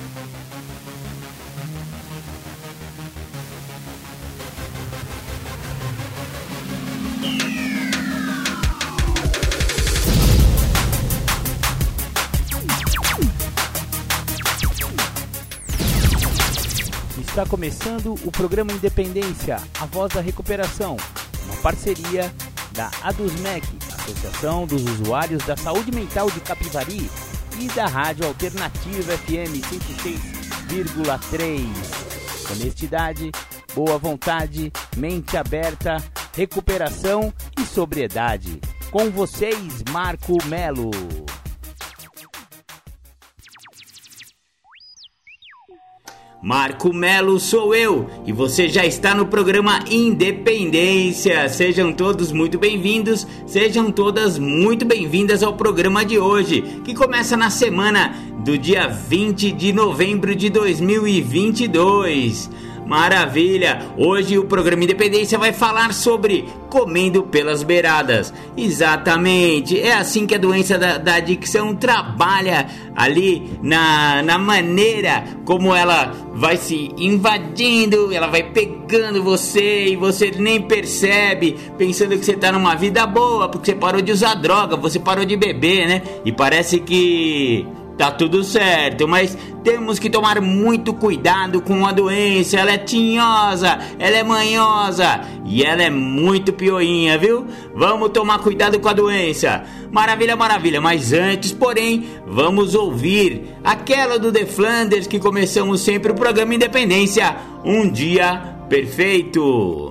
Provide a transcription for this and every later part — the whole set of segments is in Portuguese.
Está começando o programa Independência, a voz da recuperação, uma parceria da ADUSMEC, Associação dos Usuários da Saúde Mental de Capivari, e da Rádio Alternativa FM 106,3. Honestidade, boa vontade, mente aberta, recuperação e sobriedade. Com vocês, Marco Melo. Marco Melo sou eu e você já está no programa Independência. Sejam todos muito bem-vindos, sejam todas muito bem-vindas ao programa de hoje, que começa na semana do dia 20 de novembro de 2022. Maravilha! Hoje o programa Independência vai falar sobre comendo pelas beiradas. Exatamente, é assim que a doença da adicção trabalha ali na maneira como ela vai se invadindo, ela vai pegando você e você nem percebe, pensando que você tá numa vida boa, porque você parou de usar droga, você parou de beber, né? E parece que tá tudo certo, mas temos que tomar muito cuidado com a doença. Ela é tinhosa, ela é manhosa e ela é muito pioinha, viu? Vamos tomar cuidado com a doença. Maravilha, maravilha, mas antes, porém, vamos ouvir aquela do The Flanders que começamos sempre o programa Independência, Um Dia Perfeito.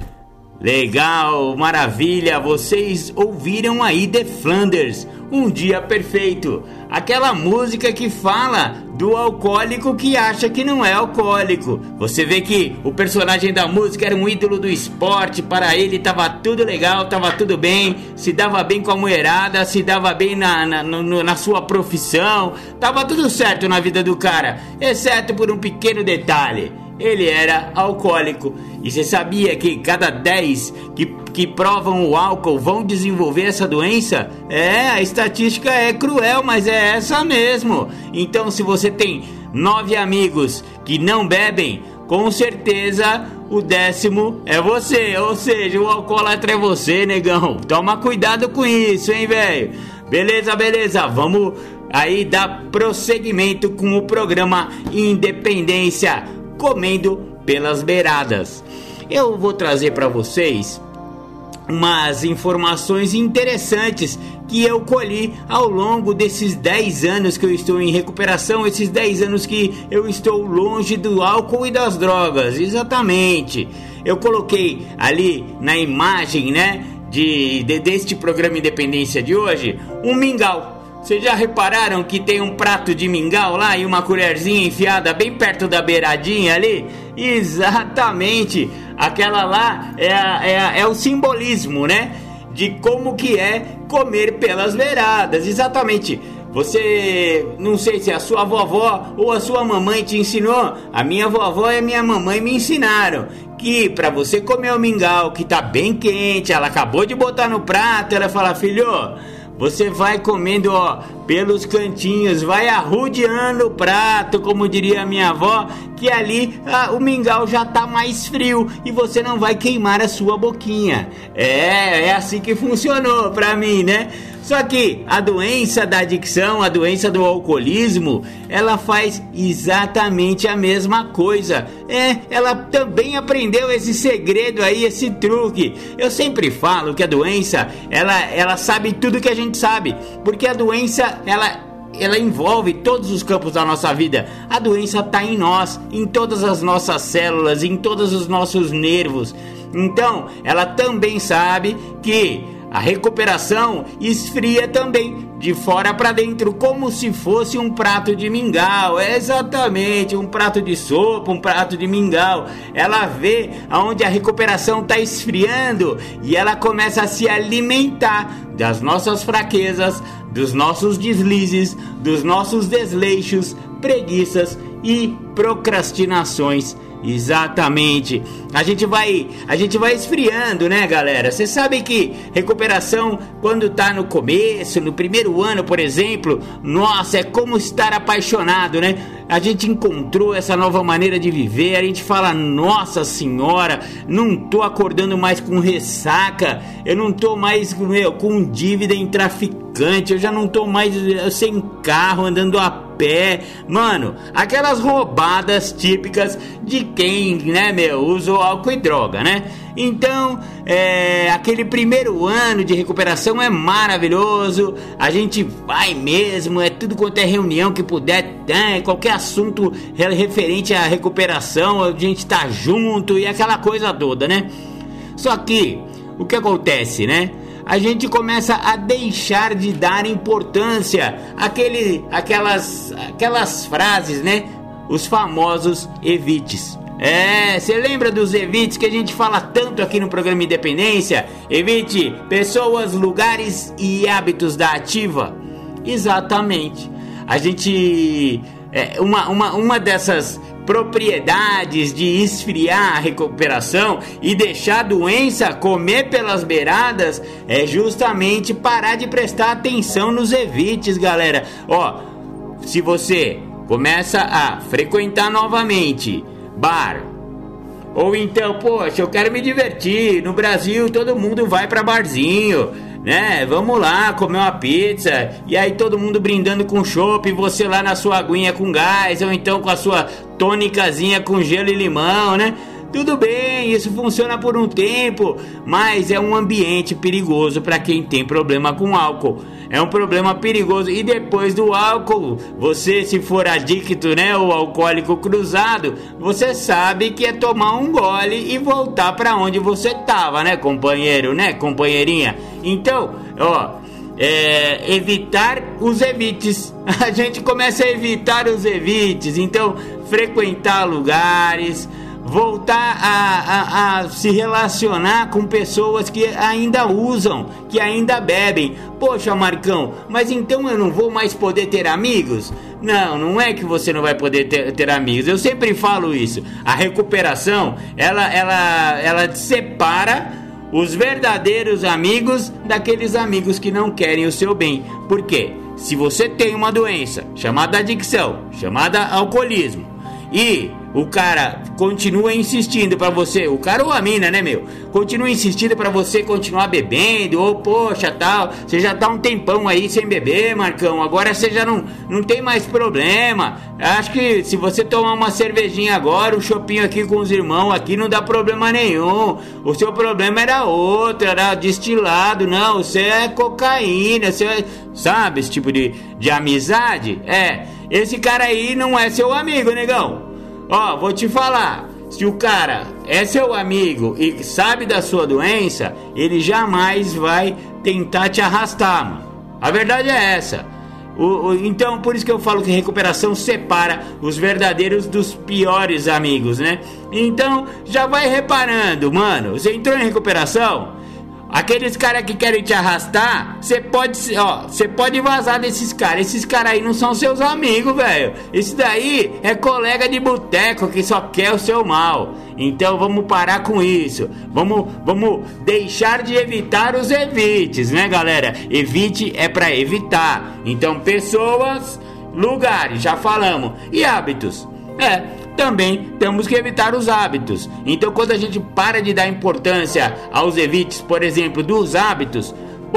Legal, maravilha, vocês ouviram aí The Flanders, Um Dia Perfeito, aquela música que fala do alcoólico que acha que não é alcoólico. Você vê que o personagem da música era um ídolo do esporte, para ele tava tudo legal, tava tudo bem, se dava bem com a mulherada, se dava bem na sua profissão, tava tudo certo na vida do cara, exceto por um pequeno detalhe: ele era alcoólico. E você sabia que cada 10 que provam o álcool vão desenvolver essa doença? A estatística é cruel, mas é essa mesmo. Então, se você tem 9 amigos que não bebem, com certeza o 10º é você. Ou seja, o alcoólatra é você, negão. Toma cuidado com isso, hein, velho? Beleza, beleza. Vamos aí dar prosseguimento com o programa Independência, comendo pelas beiradas. Eu vou trazer para vocês umas informações interessantes que eu colhi ao longo desses 10 anos que eu estou em recuperação, esses 10 anos que eu estou longe do álcool e das drogas. Exatamente. Eu coloquei ali na imagem, né, deste programa Independência de hoje, um mingau. Vocês já repararam que tem um prato de mingau lá e uma colherzinha enfiada bem perto da beiradinha ali? Exatamente, aquela lá é o simbolismo, né? De como que é comer pelas beiradas. Exatamente. Você, não sei se a sua vovó ou a sua mamãe te ensinou. A minha vovó e a minha mamãe me ensinaram que para você comer o mingau que tá bem quente, ela acabou de botar no prato, ela fala: filho, você vai comendo, ó, pelos cantinhos, vai arrodeando o prato, como diria a minha avó, que ali o mingau já tá mais frio e você não vai queimar a sua boquinha. É assim que funcionou pra mim, né? Só que a doença da adicção, a doença do alcoolismo, ela faz exatamente a mesma coisa. Ela também aprendeu esse segredo aí, esse truque. Eu sempre falo que a doença, ela sabe tudo que a gente sabe, porque a doença, ela envolve todos os campos da nossa vida. A doença está em nós, em todas as nossas células, em todos os nossos nervos. Então, ela também sabe que a recuperação esfria também, de fora para dentro, como se fosse um prato de mingau. É exatamente, um prato de sopa, um prato de mingau. Ela vê aonde a recuperação está esfriando e ela começa a se alimentar das nossas fraquezas, dos nossos deslizes, dos nossos desleixos, preguiças e procrastinações. Exatamente. A gente vai esfriando, né, galera? Você sabe que recuperação, quando tá no começo, no primeiro ano, por exemplo, nossa, é como estar apaixonado, né? a gente encontrou essa nova maneira de viver, a gente fala, nossa senhora, não tô acordando mais com ressaca, eu não tô mais com dívida em traficante, eu já não tô mais sem carro, andando a pé, mano, aquelas roubadas típicas de quem, né, usa álcool e droga, né? Então, aquele primeiro ano de recuperação é maravilhoso, a gente vai mesmo, é tudo quanto é reunião que puder, qualquer assunto referente à recuperação, a gente tá junto e aquela coisa toda, né? Só que, o que acontece, né? A gente começa a deixar de dar importância àquelas frases, né? Os famosos evites. Você lembra dos evites que a gente fala tanto aqui no programa Independência? Evite pessoas, lugares e hábitos da ativa. Exatamente. A gente... uma dessas propriedades de esfriar a recuperação e deixar a doença comer pelas beiradas é justamente parar de prestar atenção nos evites, galera. Se você começa a frequentar novamente bar, ou então, poxa, eu quero me divertir, no Brasil todo mundo vai pra barzinho, né? Vamos lá comer uma pizza, e aí todo mundo brindando com chopp, e você lá na sua aguinha com gás, ou então com a sua tônicazinha com gelo e limão, né? Tudo bem, isso funciona por um tempo, mas é um ambiente perigoso para quem tem problema com álcool. É um problema perigoso. E depois do álcool, você, se for adicto, né, ou alcoólico cruzado, você sabe que é tomar um gole e voltar para onde você tava, né, companheiro, né, companheirinha? Então, evitar os evites. A gente começa a evitar os evites. Então, frequentar lugares, voltar a se relacionar com pessoas que ainda usam, que ainda bebem. Poxa, Marcão, mas então eu não vou mais poder ter amigos? Não é que você não vai poder ter amigos. Eu sempre falo isso. A recuperação, ela separa os verdadeiros amigos daqueles amigos que não querem o seu bem. Por quê? Se você tem uma doença chamada adicção, chamada alcoolismo, e o cara continua insistindo pra você, o cara ou a mina, né, continua insistindo pra você continuar bebendo, ou poxa, tal, você já tá um tempão aí sem beber, Marcão, agora você já não tem mais problema. Acho que se você tomar uma cervejinha agora, um chopinho aqui com os irmãos aqui, não dá problema nenhum. O seu problema era outro, era destilado. Não, você é cocaína, você sabe, esse tipo de amizade. Esse cara aí não é seu amigo, negão. Vou te falar, se o cara é seu amigo e sabe da sua doença, ele jamais vai tentar te arrastar, mano. A verdade é essa. Então, por isso que eu falo que recuperação separa os verdadeiros dos piores amigos, né? Então, já vai reparando, mano, você entrou em recuperação, aqueles caras que querem te arrastar, você pode vazar desses caras. Esses caras aí não são seus amigos, velho. Esse daí é colega de boteco que só quer o seu mal. Então vamos parar com isso. Vamos deixar de evitar os evites, né, galera? Evite é pra evitar. Então pessoas, lugares, já falamos. E hábitos? Também temos que evitar os hábitos. Então quando a gente para de dar importância aos evites, por exemplo, dos hábitos,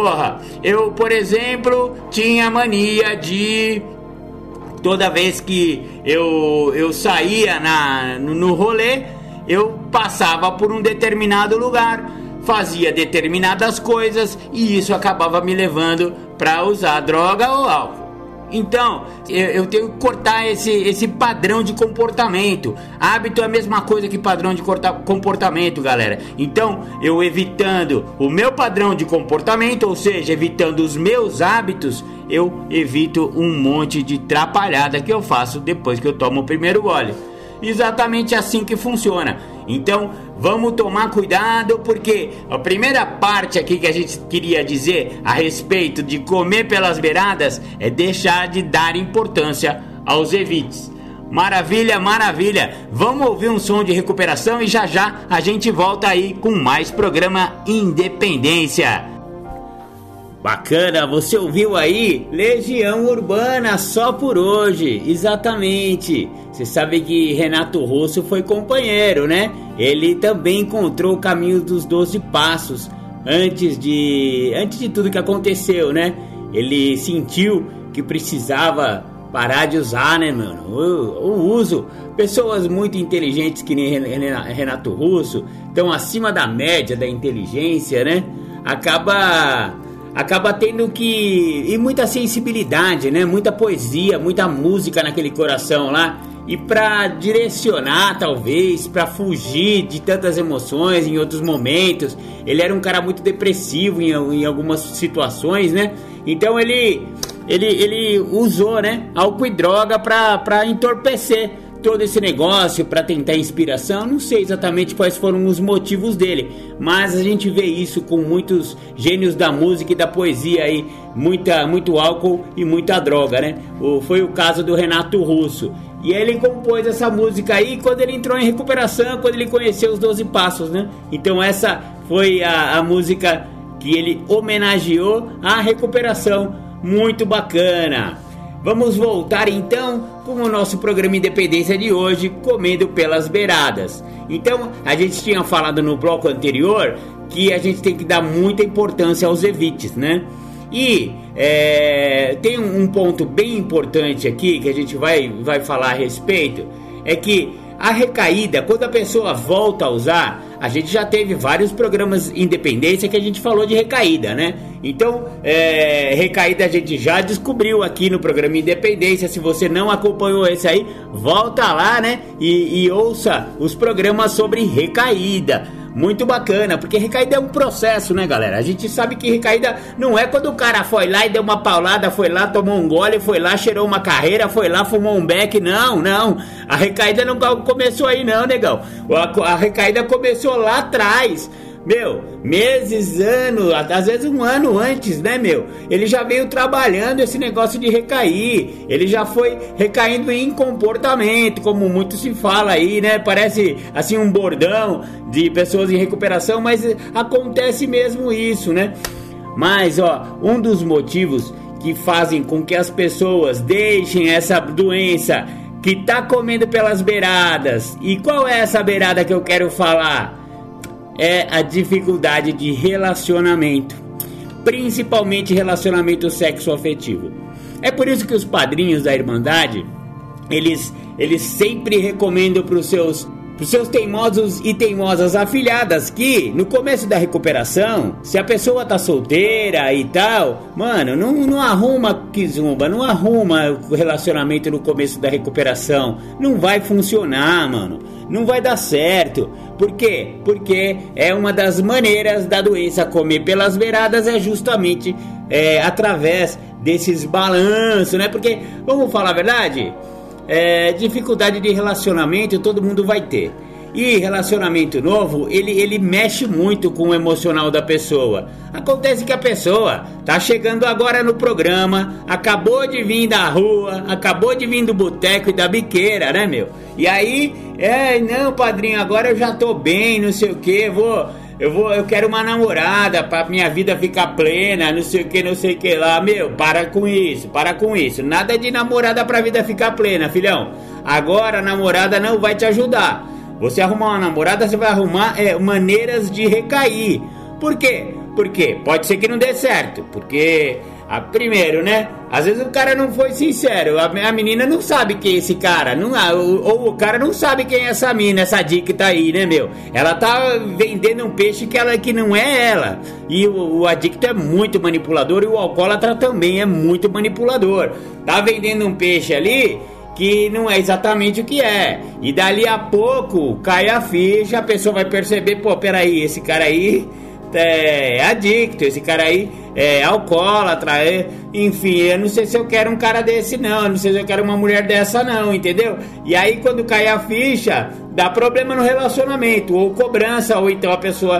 eu, por exemplo, tinha mania de, toda vez que eu saía no rolê, eu passava por um determinado lugar, fazia determinadas coisas e isso acabava me levando para usar droga ou álcool. Então, eu tenho que cortar esse padrão de comportamento. Hábito é a mesma coisa que padrão de comportamento, galera. Então, eu evitando o meu padrão de comportamento, ou seja, evitando os meus hábitos, eu evito um monte de trapalhada que eu faço depois que eu tomo o primeiro gole. Exatamente assim que funciona. Então vamos tomar cuidado, porque a primeira parte aqui que a gente queria dizer a respeito de comer pelas beiradas é deixar de dar importância aos evites. Maravilha, maravilha. Vamos ouvir um som de recuperação e já já a gente volta aí com mais programa Independência. Bacana, você ouviu aí? Legião Urbana, só por hoje, exatamente. Você sabe que Renato Russo foi companheiro, né? Ele também encontrou o caminho dos 12 passos antes de tudo que aconteceu, né? Ele sentiu que precisava parar de usar, né, mano? O uso. Pessoas muito inteligentes que nem Renato Russo, estão acima da média da inteligência, né? Acaba tendo que... E muita sensibilidade, né? Muita poesia, muita música naquele coração lá. E pra direcionar, talvez, pra fugir de tantas emoções em outros momentos. Ele era um cara muito depressivo em algumas situações, né? Então ele usou, né, álcool e droga pra entorpecer todo esse negócio, para tentar inspiração. Não sei exatamente quais foram os motivos dele, mas a gente vê isso com muitos gênios da música e da poesia aí, muito álcool e muita droga, né? Foi o caso do Renato Russo. E ele compôs essa música aí quando ele entrou em recuperação, quando ele conheceu os 12 Passos, né? Então essa foi a música que ele homenageou a recuperação. Muito bacana. Vamos voltar então com o nosso programa Independência de hoje, Comendo pelas Beiradas. Então, a gente tinha falado no bloco anterior que a gente tem que dar muita importância aos evites, né? E tem um ponto bem importante aqui que a gente vai falar a respeito, é que a recaída, quando a pessoa volta a usar, a gente já teve vários programas Independência que a gente falou de recaída, né? Então, recaída a gente já descobriu aqui no programa Independência. Se você não acompanhou esse aí, volta lá, né? E ouça os programas sobre recaída. Muito bacana, porque recaída é um processo, né, galera? A gente sabe que recaída não é quando o cara foi lá e deu uma paulada, foi lá, tomou um gole, foi lá, cheirou uma carreira, foi lá, fumou um beck. Não. A recaída não começou aí não, negão. A recaída começou lá atrás. Meu, meses, anos, às vezes um ano antes, né, meu? Ele já veio trabalhando esse negócio de recair. Ele já foi recaindo em comportamento, como muito se fala aí, né? Parece, assim, um bordão de pessoas em recuperação, mas acontece mesmo isso, né? Mas, ó, um dos motivos que fazem com que as pessoas deixem essa doença que tá comendo pelas beiradas. E qual é essa beirada que eu quero falar? É a dificuldade de relacionamento, principalmente relacionamento sexoafetivo. É por isso que os padrinhos da Irmandade, eles sempre recomendam para os seus teimosos e teimosas afilhadas que no começo da recuperação, se a pessoa tá solteira e tal, mano, não arruma kizumba, não arruma o relacionamento no começo da recuperação. Não vai funcionar, mano. Não vai dar certo. Por quê? Porque é uma das maneiras da doença comer pelas beiradas, é justamente através desses balanços, né? Porque, vamos falar a verdade, dificuldade de relacionamento todo mundo vai ter. E relacionamento novo, ele mexe muito com o emocional da pessoa. Acontece que a pessoa tá chegando agora no programa, acabou de vir da rua, acabou de vir do boteco e da biqueira, né, meu? E aí, não, padrinho, agora eu já tô bem, não sei o que, eu quero uma namorada pra minha vida ficar plena, não sei o que lá. Meu, para com isso. Nada de namorada pra vida ficar plena, filhão. Agora a namorada não vai te ajudar. Você arrumar uma namorada, você vai arrumar maneiras de recair. Por quê? Porque pode ser que não dê certo. Porque, primeiro, né? Às vezes o cara não foi sincero. A menina não sabe quem é esse cara. Ou o cara não sabe quem é essa mina, essa dica que tá aí, né, meu? Ela tá vendendo um peixe que não é ela. E o adicto é muito manipulador. E o alcoólatra também é muito manipulador. Tá vendendo um peixe ali que não é exatamente o que é. E dali a pouco cai a ficha, a pessoa vai perceber, pô, peraí, esse cara aí é adicto, esse cara aí é alcoólatra, enfim, eu não sei se eu quero um cara desse não, eu não sei se eu quero uma mulher dessa não, entendeu? E aí quando cai a ficha, dá problema no relacionamento, ou cobrança, ou então a pessoa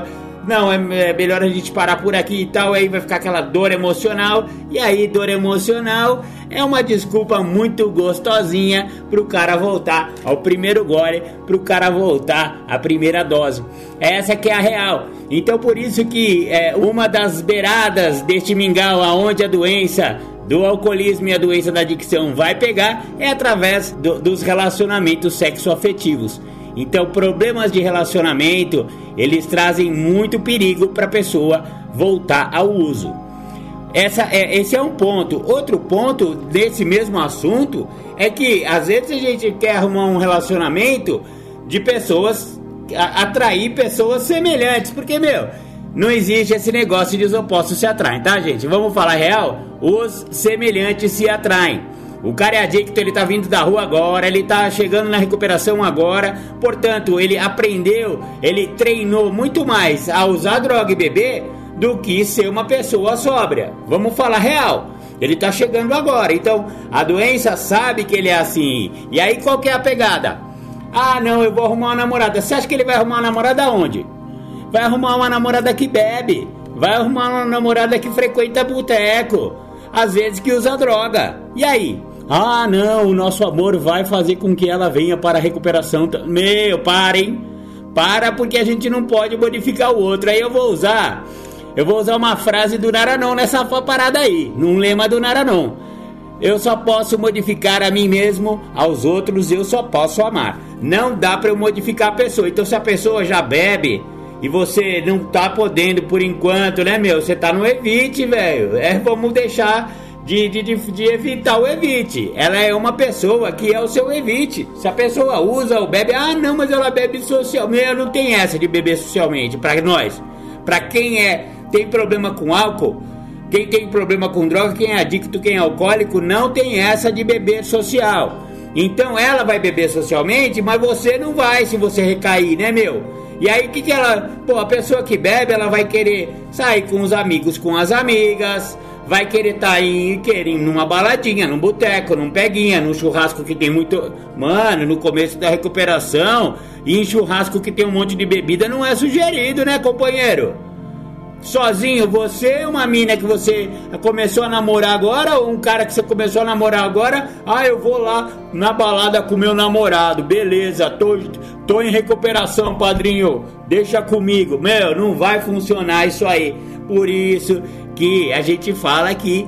não, é melhor a gente parar por aqui e tal, aí vai ficar aquela dor emocional, e aí dor emocional é uma desculpa muito gostosinha pro cara voltar ao primeiro gole, pro cara voltar à primeira dose. Essa que é a real. Então por isso que uma das beiradas deste mingau aonde a doença do alcoolismo e a doença da adicção vai pegar é através dos relacionamentos sexoafetivos. Então problemas de relacionamento, eles trazem muito perigo para a pessoa voltar ao uso. Esse é um ponto. Outro ponto desse mesmo assunto é que às vezes a gente quer arrumar um relacionamento de pessoas, atrair pessoas semelhantes, porque não existe esse negócio de os opostos se atraem, tá, gente? Vamos falar real? Os semelhantes se atraem. O cara é adicto, ele tá vindo da rua agora, ele tá chegando na recuperação agora, portanto, ele aprendeu, ele treinou muito mais a usar droga e beber do que ser uma pessoa sóbria. Vamos falar real. Ele tá chegando agora, então a doença sabe que ele é assim. E aí qual que é a pegada? Ah, não, eu vou arrumar uma namorada. Você acha que ele vai arrumar uma namorada onde? Vai arrumar uma namorada que bebe, vai arrumar uma namorada que frequenta boteco, às vezes que usa droga. E aí? Ah, não, o nosso amor vai fazer com que ela venha para a recuperação. Parem. Para, porque a gente não pode modificar o outro. Aí eu vou usar uma frase do Naranon nessa parada aí, num lema do Naranon. Eu só posso modificar a mim mesmo, aos outros eu só posso amar. Não dá para eu modificar a pessoa. Então se a pessoa já bebe e você não tá podendo por enquanto, né, você tá no evite, velho. Vamos deixar de evitar o evite. Ela é uma pessoa que é o seu evite. Se a pessoa usa ou bebe, ah, não, mas ela bebe socialmente. Não tem essa de beber socialmente pra nós. Pra quem tem problema com álcool, quem tem problema com droga, quem é adicto, quem é alcoólico, não tem essa de beber social. Então ela vai beber socialmente, mas você não vai se você recair, né, E aí que ela... a pessoa que bebe, ela vai querer sair com os amigos, com as amigas, vai querer estar numa baladinha, num boteco, num peguinha, num churrasco que tem muito... Mano, no começo da recuperação, e em churrasco que tem um monte de bebida, não é sugerido, né, companheiro? Sozinho, você é uma mina que você começou a namorar agora, ou um cara que você começou a namorar agora, eu vou lá na balada com meu namorado, beleza, tô em recuperação, padrinho, deixa comigo. Não vai funcionar isso aí. Por isso que a gente fala que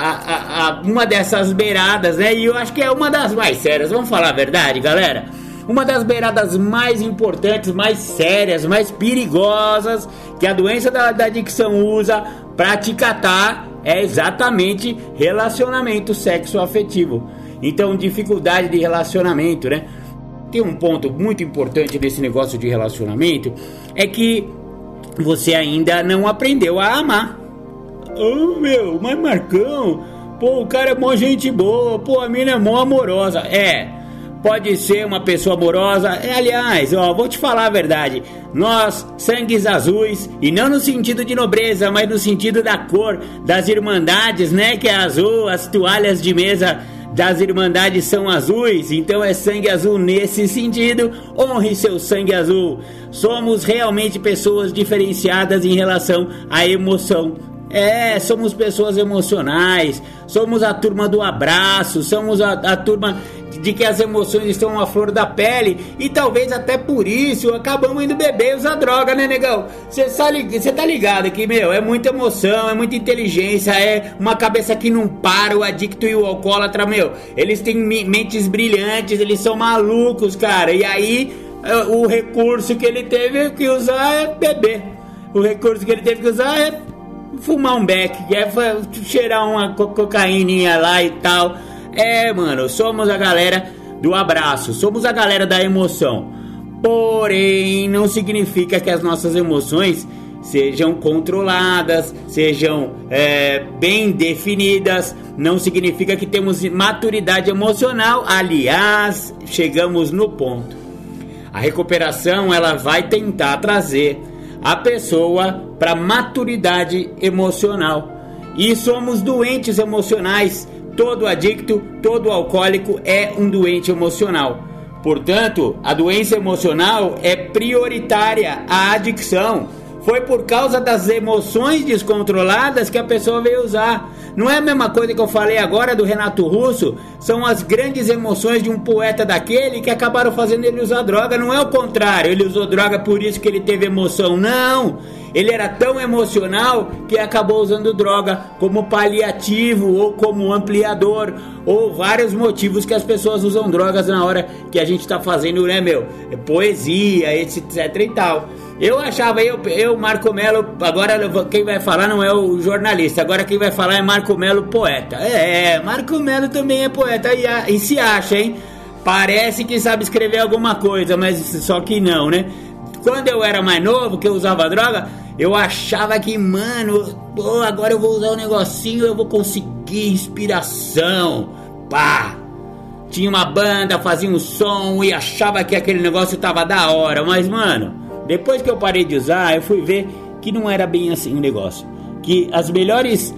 uma dessas beiradas, né, e eu acho que é uma das mais sérias, vamos falar a verdade, galera? Uma das beiradas mais importantes, mais sérias, mais perigosas que a doença da adicção usa para te catar é exatamente relacionamento sexoafetivo. Então, dificuldade de relacionamento, né? Tem um ponto muito importante nesse negócio de relacionamento, é que você ainda não aprendeu a amar. Mas Marcão, o cara é mó gente boa, a mina é mó amorosa. Pode ser uma pessoa amorosa. Aliás, vou te falar a verdade. Nós, sangues azuis, e não no sentido de nobreza, mas no sentido da cor das irmandades, né? Que é azul, as toalhas de mesa das irmandades são azuis. Então é sangue azul nesse sentido. Honre seu sangue azul. Somos realmente pessoas diferenciadas em relação à emoção. Somos pessoas emocionais. Somos a turma do abraço. Somos a turma de que as emoções estão à flor da pele. E talvez até por isso acabamos indo beber e usar droga, né, negão? Você tá ligado que, é muita emoção, é muita inteligência, é uma cabeça que não para. O adicto e o alcoólatra, eles têm mentes brilhantes, eles são malucos, cara. E aí o recurso que ele teve que usar é beber. O recurso que ele teve que usar é fumar um beck, cheirar uma cocaíninha lá e tal. Mano, somos a galera do abraço, somos a galera da emoção. Porém, não significa que as nossas emoções sejam controladas, sejam bem definidas. Não significa que temos maturidade emocional. Aliás, chegamos no ponto. A recuperação, ela vai tentar trazer a pessoa para maturidade emocional. E somos doentes emocionais. Todo adicto, todo alcoólico é um doente emocional. Portanto, a doença emocional é prioritária à adicção. Foi por causa das emoções descontroladas que a pessoa veio usar. Não é a mesma coisa que eu falei agora do Renato Russo. São as grandes emoções de um poeta daquele que acabaram fazendo ele usar droga. Não é o contrário, ele usou droga por isso que ele teve emoção. Não, ele era tão emocional que acabou usando droga como paliativo ou como ampliador, ou vários motivos que as pessoas usam drogas na hora que a gente tá fazendo, né, poesia, etc e tal. Eu achava, Marco Melo, agora quem vai falar não é o jornalista, agora quem vai falar é Marco Melo, poeta. Marco Melo também é poeta e se acha, hein? Parece que sabe escrever alguma coisa, mas só que não, né? Quando eu era mais novo, que eu usava droga, eu achava que, mano, agora eu vou usar um negocinho, eu vou conseguir inspiração. Pá! Tinha uma banda, fazia um som e achava que aquele negócio tava da hora, mas, mano, depois que eu parei de usar, eu fui ver que não era bem assim o negócio. Que as melhores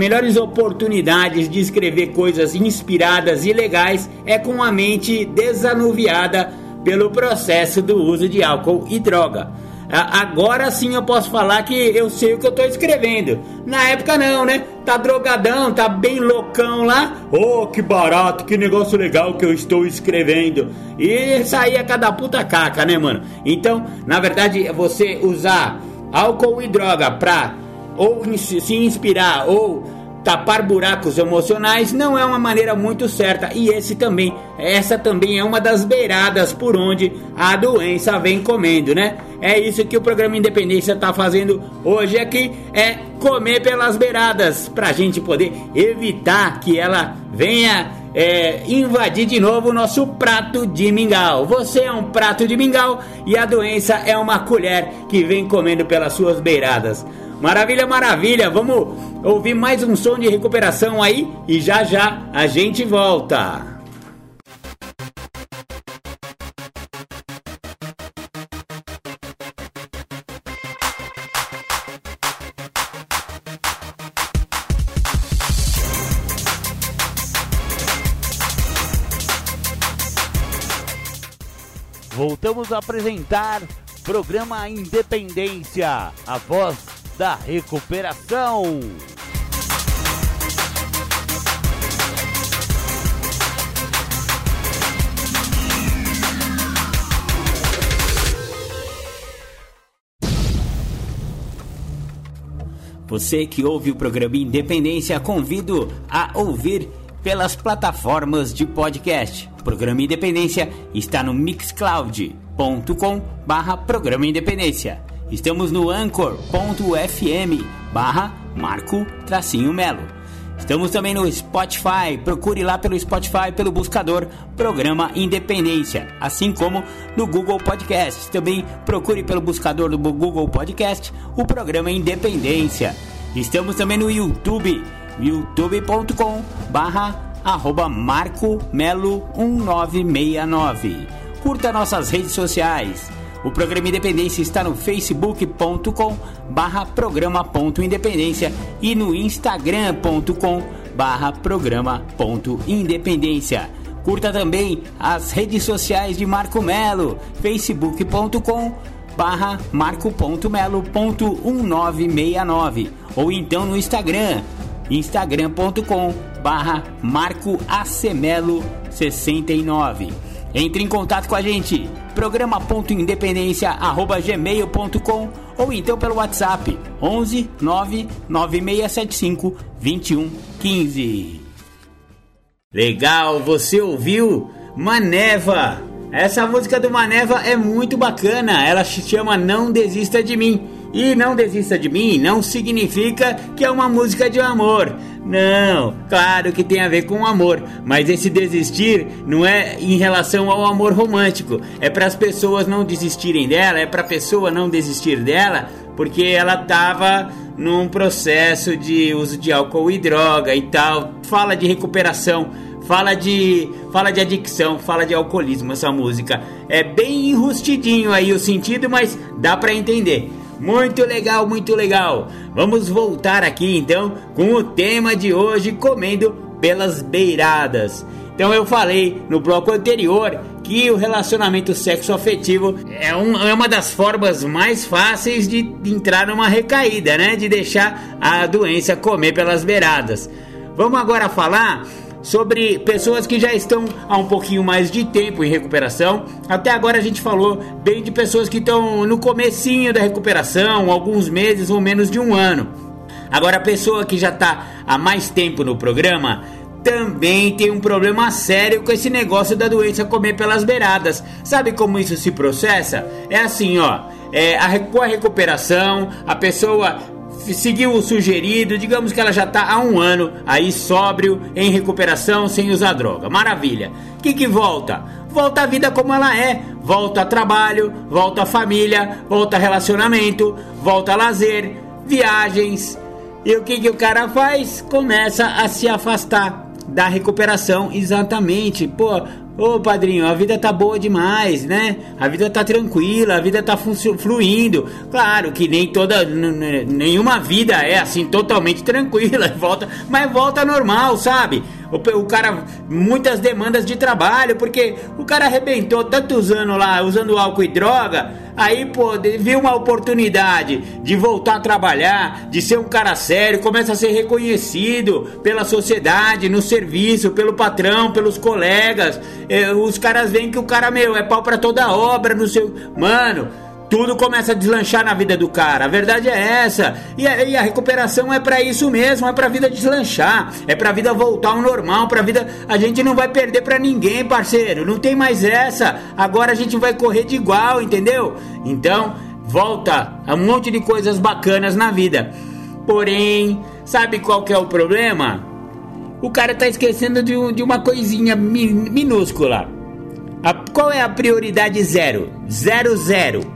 oportunidades de escrever coisas inspiradas e legais é com a mente desanuviada pelo processo do uso de álcool e droga. Agora sim eu posso falar que eu sei o que eu tô escrevendo. Na época não, né? Tá drogadão, tá bem loucão lá. Que barato, que negócio legal que eu estou escrevendo. E saía cada puta caca, né, mano? Então, na verdade, você usar álcool e droga pra ou se inspirar ou tapar buracos emocionais não é uma maneira muito certa, e essa também é uma das beiradas por onde a doença vem comendo, né? É isso que o programa Independência tá fazendo hoje aqui, é comer pelas beiradas, pra gente poder evitar que ela venha invadir de novo o nosso prato de mingau. Você é um prato de mingau e a doença é uma colher que vem comendo pelas suas beiradas. Maravilha, maravilha, vamos ouvir mais um som de recuperação aí e já já a gente volta. Voltamos a apresentar programa Independência, a voz da recuperação. Você que ouve o programa Independência, convido a ouvir pelas plataformas de podcast. O programa Independência está no mixcloud.com/programa Independência. Estamos no anchor.fm/Marco-Melo. Estamos também no Spotify. Procure lá pelo Spotify, pelo buscador Programa Independência, assim como no Google Podcast. Também procure pelo buscador do Google Podcast o Programa Independência. Estamos também no YouTube, youtube.com/MarcoMelo1969. Curta nossas redes sociais. O programa Independência está no facebook.com/programa.independência e no instagram.com/programa.independência. Curta também as redes sociais de Marco Melo, facebook.com/marco.melo.1969 ou então no Instagram, instagram.com/marcoacmelo69. Entre em contato com a gente, programa.independência@gmail.com ou então pelo WhatsApp 11 99675 2115. Legal, você ouviu Maneva? Essa música do Maneva é muito bacana, ela se chama Não Desista de Mim. E Não Desista de Mim não significa que é uma música de amor. Não, claro que tem a ver com amor, mas esse desistir não é em relação ao amor romântico. É para as pessoas não desistirem dela, é para a pessoa não desistir dela, porque ela estava num processo de uso de álcool e droga e tal. Fala de recuperação, fala de adicção, fala de alcoolismo essa música. É bem enrustidinho aí o sentido, mas dá para entender. Muito legal, muito legal. Vamos voltar aqui então com o tema de hoje, comendo pelas beiradas. Então eu falei no bloco anterior que o relacionamento sexoafetivo é uma das formas mais fáceis de entrar numa recaída, né? De deixar a doença comer pelas beiradas. Vamos agora falar sobre pessoas que já estão há um pouquinho mais de tempo em recuperação. Até agora a gente falou bem de pessoas que estão no comecinho da recuperação, alguns meses ou menos de um ano. Agora a pessoa que já está há mais tempo no programa também tem um problema sério com esse negócio da doença comer pelas beiradas. Sabe como isso se processa? É assim, ó, com a recuperação, a pessoa seguiu o sugerido, digamos que ela já está há um ano aí sóbrio, em recuperação, sem usar droga. Maravilha. O que volta? Volta a vida como ela é. Volta a trabalho, volta a família, volta a relacionamento, volta a lazer, viagens. E o que o cara faz? Começa a se afastar da recuperação, exatamente. Pô, ô padrinho, a vida tá boa demais, né? A vida tá tranquila, a vida tá fluindo. Claro que nenhuma vida é assim totalmente tranquila, mas volta normal, sabe? O cara, muitas demandas de trabalho, porque o cara arrebentou tantos anos lá usando álcool e droga, aí pô, viu uma oportunidade de voltar a trabalhar, de ser um cara sério, começa a ser reconhecido pela sociedade, no serviço, pelo patrão, pelos colegas. Os caras veem que o cara, é pau pra toda obra, no seu... Mano, tudo começa a deslanchar na vida do cara. A verdade é essa. E a recuperação é pra isso mesmo. É pra vida deslanchar. É pra vida voltar ao normal. Pra vida... A gente não vai perder pra ninguém, parceiro. Não tem mais essa. Agora a gente vai correr de igual, entendeu? Então, volta a um monte de coisas bacanas na vida. Porém, sabe qual que é o problema? O cara tá esquecendo de uma coisinha minúscula. Qual é a prioridade zero? 00.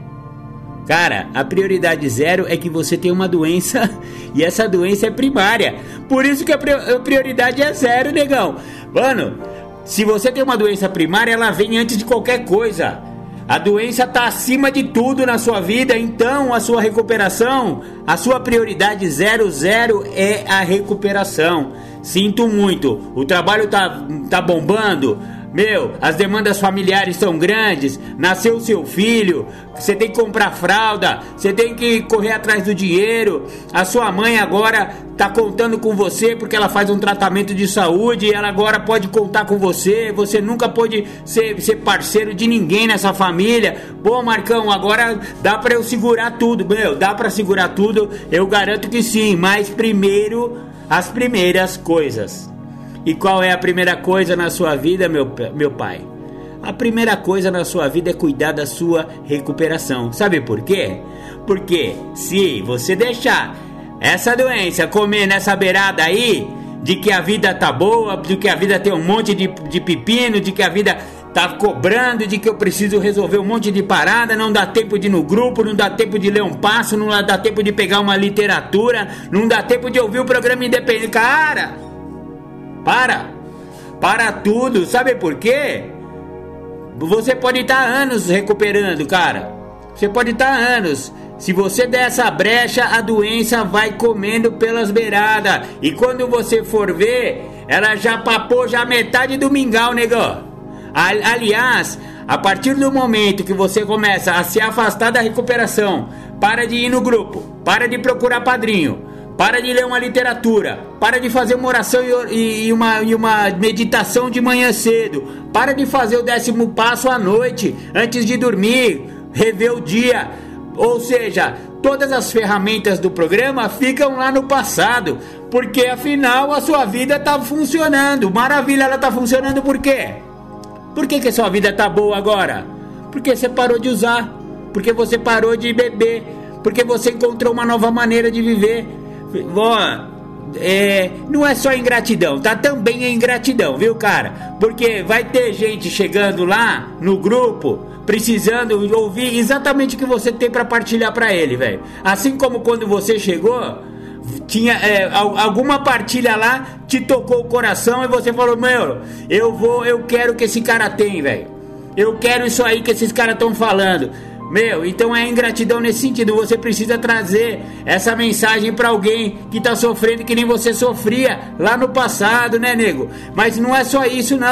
Cara, a prioridade 0 é que você tem uma doença e essa doença é primária. Por isso que a prioridade é 0, negão. Mano, se você tem uma doença primária, ela vem antes de qualquer coisa. A doença tá acima de tudo na sua vida, então a sua recuperação, a sua prioridade 00 é a recuperação. Sinto muito, o trabalho tá bombando. As demandas familiares são grandes, nasceu seu filho, você tem que comprar fralda, você tem que correr atrás do dinheiro, a sua mãe agora tá contando com você porque ela faz um tratamento de saúde e ela agora pode contar com você, você nunca pôde ser parceiro de ninguém nessa família. Pô, Marcão, agora dá pra eu segurar tudo, dá pra segurar tudo, eu garanto que sim, mas primeiro, as primeiras coisas. E qual é a primeira coisa na sua vida, meu pai? A primeira coisa na sua vida é cuidar da sua recuperação. Sabe por quê? Porque se você deixar essa doença comer nessa beirada aí, de que a vida tá boa, de que a vida tem um monte de pepino, de que a vida tá cobrando, de que eu preciso resolver um monte de parada, não dá tempo de ir no grupo, não dá tempo de ler um passo, não dá tempo de pegar uma literatura, não dá tempo de ouvir o programa independente. Cara, para tudo, sabe por quê? Você pode estar anos recuperando, cara. Você pode estar anos. Se você der essa brecha, a doença vai comendo pelas beiradas. E quando você for ver, ela já papou já metade do mingau, negão. Aliás, a partir do momento que você começa a se afastar da recuperação, para de ir no grupo, para de procurar padrinho, para de ler uma literatura, para de fazer uma oração e uma meditação de manhã cedo, para de fazer o 10º passo à noite, antes de dormir, rever o dia. Ou seja, todas as ferramentas do programa ficam lá no passado, porque afinal a sua vida está funcionando. Maravilha, ela está funcionando por quê? Por que a sua vida está boa agora? Porque você parou de usar, porque você parou de beber, porque você encontrou uma nova maneira de viver. Não é só ingratidão, tá? Também é ingratidão, viu, cara? Porque vai ter gente chegando lá no grupo precisando ouvir exatamente o que você tem pra partilhar pra ele, velho. Assim como quando você chegou, tinha alguma partilha lá, te tocou o coração e você falou: eu quero que esse cara tem, velho. Eu quero isso aí que esses caras estão falando. Então é ingratidão nesse sentido. Você precisa trazer essa mensagem pra alguém que tá sofrendo que nem você sofria lá no passado, né, nego? Mas não é só isso, não.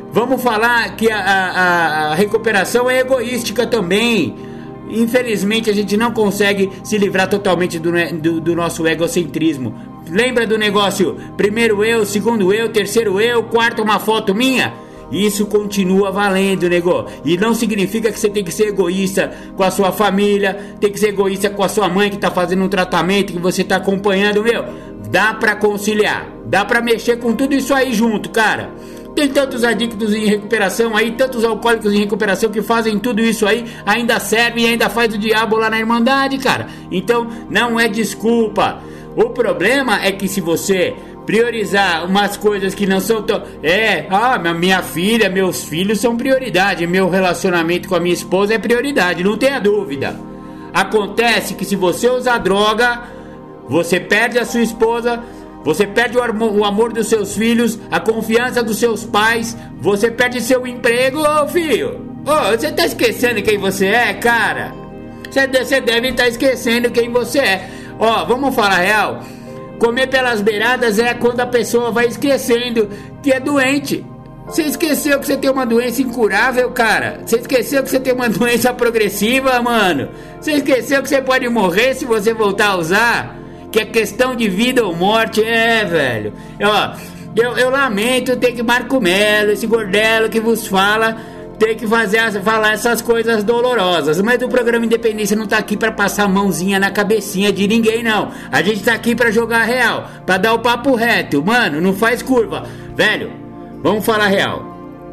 Vamos falar que a recuperação é egoística também. Infelizmente a gente não consegue se livrar totalmente do nosso egocentrismo. Lembra do negócio? Primeiro eu, segundo eu, terceiro eu, quarto uma foto minha? Isso continua valendo, nego. E não significa que você tem que ser egoísta com a sua família, tem que ser egoísta com a sua mãe que tá fazendo um tratamento, que você tá acompanhando, meu. Dá pra conciliar, dá pra mexer com tudo isso aí junto, cara. Tem tantos adictos em recuperação aí, tantos alcoólicos em recuperação que fazem tudo isso aí, ainda serve e ainda faz o diabo lá na Irmandade, cara. Então, não é desculpa. O problema é que se você priorizar umas coisas que não são tão... minha filha, meus filhos são prioridade, meu relacionamento com a minha esposa é prioridade, não tenha dúvida. Acontece que se você usar droga, você perde a sua esposa... Você perde o amor dos seus filhos, a confiança dos seus pais, você perde seu emprego, filho. Você tá esquecendo quem você é, cara? Você deve estar esquecendo quem você é. Vamos falar a real. Comer pelas beiradas é quando a pessoa vai esquecendo que é doente. Você esqueceu que você tem uma doença incurável, cara? Você esqueceu que você tem uma doença progressiva, mano? Você esqueceu que você pode morrer se você voltar a usar? Que é questão de vida ou morte, velho. Eu lamento ter que Marco Melo, esse gordelo que vos fala, ter que falar essas coisas dolorosas. Mas o programa Independência não tá aqui pra passar a mãozinha na cabecinha de ninguém, não. A gente tá aqui pra jogar real, pra dar o papo reto. Mano, não faz curva. Velho, vamos falar real.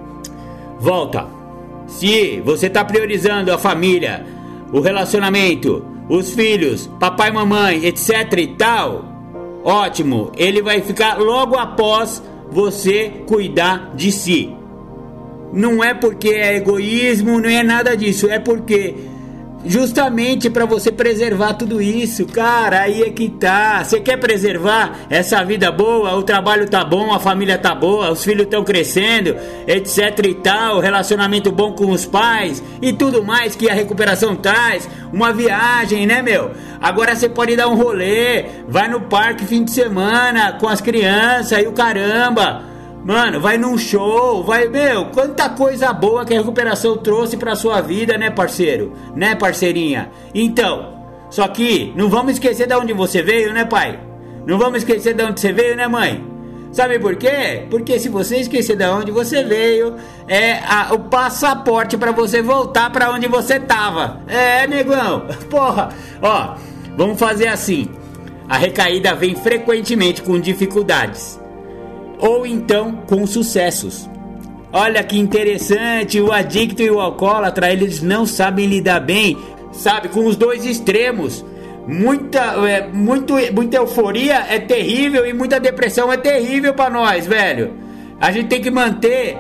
Volta. Se você tá priorizando a família, o relacionamento, os filhos, papai, mamãe, etc e tal, ótimo, ele vai ficar logo após você cuidar de si. Não é porque é egoísmo, não é nada disso, é porque justamente para você preservar tudo isso, cara, aí é que tá. Você quer preservar essa vida boa, o trabalho tá bom, a família tá boa, os filhos estão crescendo, etc e tal, relacionamento bom com os pais e tudo mais que a recuperação traz, uma viagem, né, meu? Agora você pode dar um rolê, vai no parque fim de semana com as crianças e o caramba. Mano, vai num show, quanta coisa boa que a recuperação trouxe pra sua vida, né, parceiro? Né, parceirinha? Então, só que não vamos esquecer de onde você veio, né, pai? Não vamos esquecer de onde você veio, né, mãe? Sabe por quê? Porque se você esquecer de onde você veio, é o passaporte pra você voltar pra onde você tava. Negão, porra. Vamos fazer assim. A recaída vem frequentemente com dificuldades, ou então com sucessos. Olha que interessante, o adicto e o alcoólatra, eles não sabem lidar bem, sabe, com os dois extremos. Muita euforia é terrível e muita depressão é terrível pra nós, velho. A gente tem que manter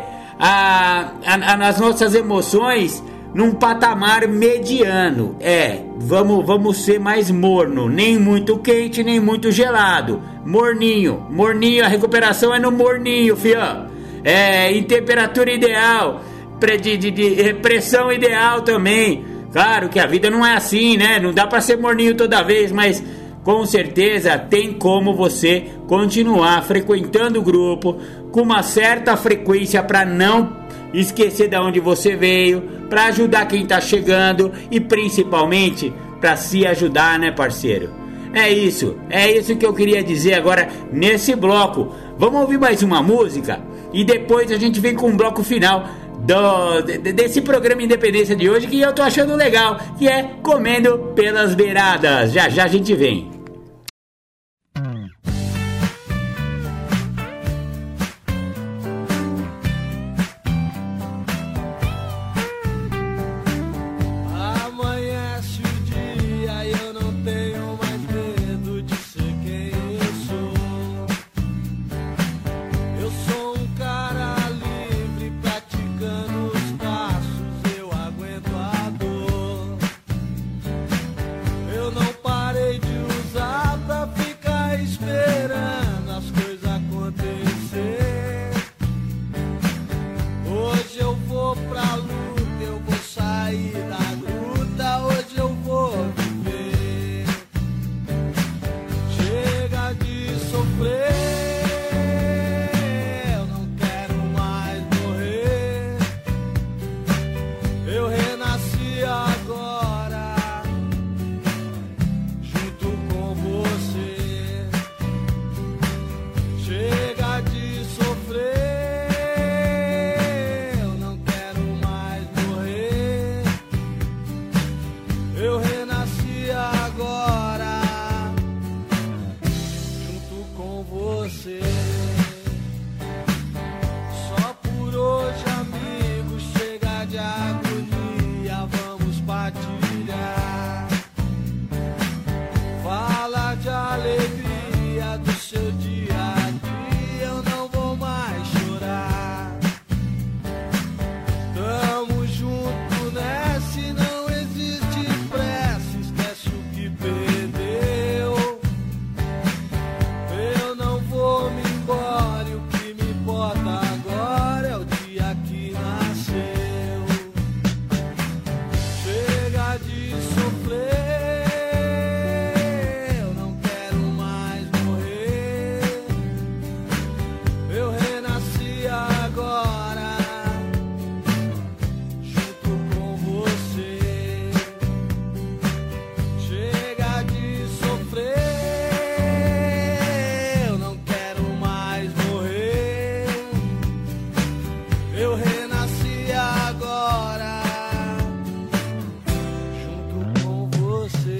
as nossas emoções num patamar mediano. Vamos ser mais morno, nem muito quente, nem muito gelado. Morninho, a recuperação é no morninho, fião. Em temperatura ideal, de pressão ideal também. Claro que a vida não é assim, né? Não dá pra ser morninho toda vez, mas com certeza tem como você continuar frequentando o grupo com uma certa frequência pra não esquecer de onde você veio, pra ajudar quem tá chegando e principalmente pra se ajudar, né, parceiro? É isso que eu queria dizer agora nesse bloco. Vamos ouvir mais uma música e depois a gente vem com um bloco final desse programa Independência de hoje, que eu tô achando legal, que é Comendo pelas Beiradas. Já a gente vem. Eu não parei de usar de agonia, vamos partilhar. Fala de alegria do seu dia a dia, eu não vou mais chorar. Tamo junto nessa e não existe pressa, esquece o que perdeu. Eu não vou me embora e o que me importa agora é o dia que nasceu. Chega de sofrer, eu não quero mais morrer. Eu renasci agora, junto com você. Chega de sofrer, eu não quero mais morrer. Eu renasci agora, junto com você.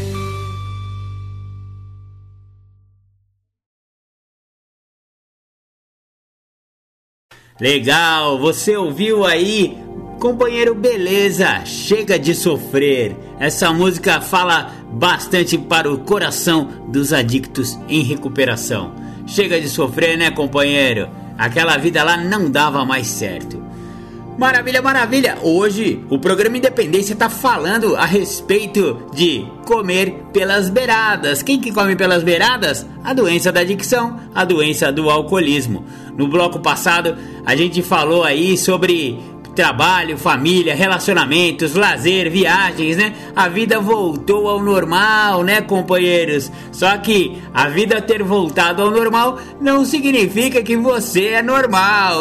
Legal, você ouviu aí, companheiro, beleza? Chega de sofrer. Essa música fala bastante para o coração dos adictos em recuperação. Chega de sofrer, né, companheiro? Aquela vida lá não dava mais certo. Maravilha, maravilha! Hoje o programa Independência está falando a respeito de comer pelas beiradas. Quem que come pelas beiradas? A doença da adicção, a doença do alcoolismo. No bloco passado a gente falou aí sobre trabalho, família, relacionamentos, lazer, viagens, né? A vida voltou ao normal, né, companheiros? Só que a vida ter voltado ao normal não significa que você é normal.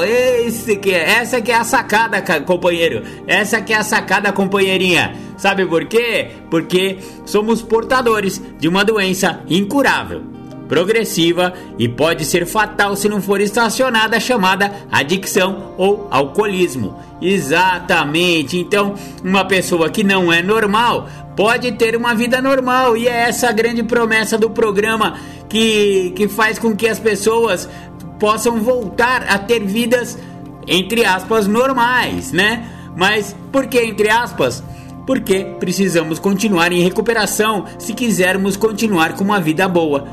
Essa que é a sacada, companheiro. Essa que é a sacada, companheirinha. Sabe por quê? Porque somos portadores de uma doença incurável, progressiva e pode ser fatal se não for estacionada, chamada adicção ou alcoolismo. Exatamente. Então, uma pessoa que não é normal pode ter uma vida normal, e é essa a grande promessa do programa que faz com que as pessoas possam voltar a ter vidas, entre aspas, normais, né? Mas por que entre aspas? Porque precisamos continuar em recuperação se quisermos continuar com uma vida boa.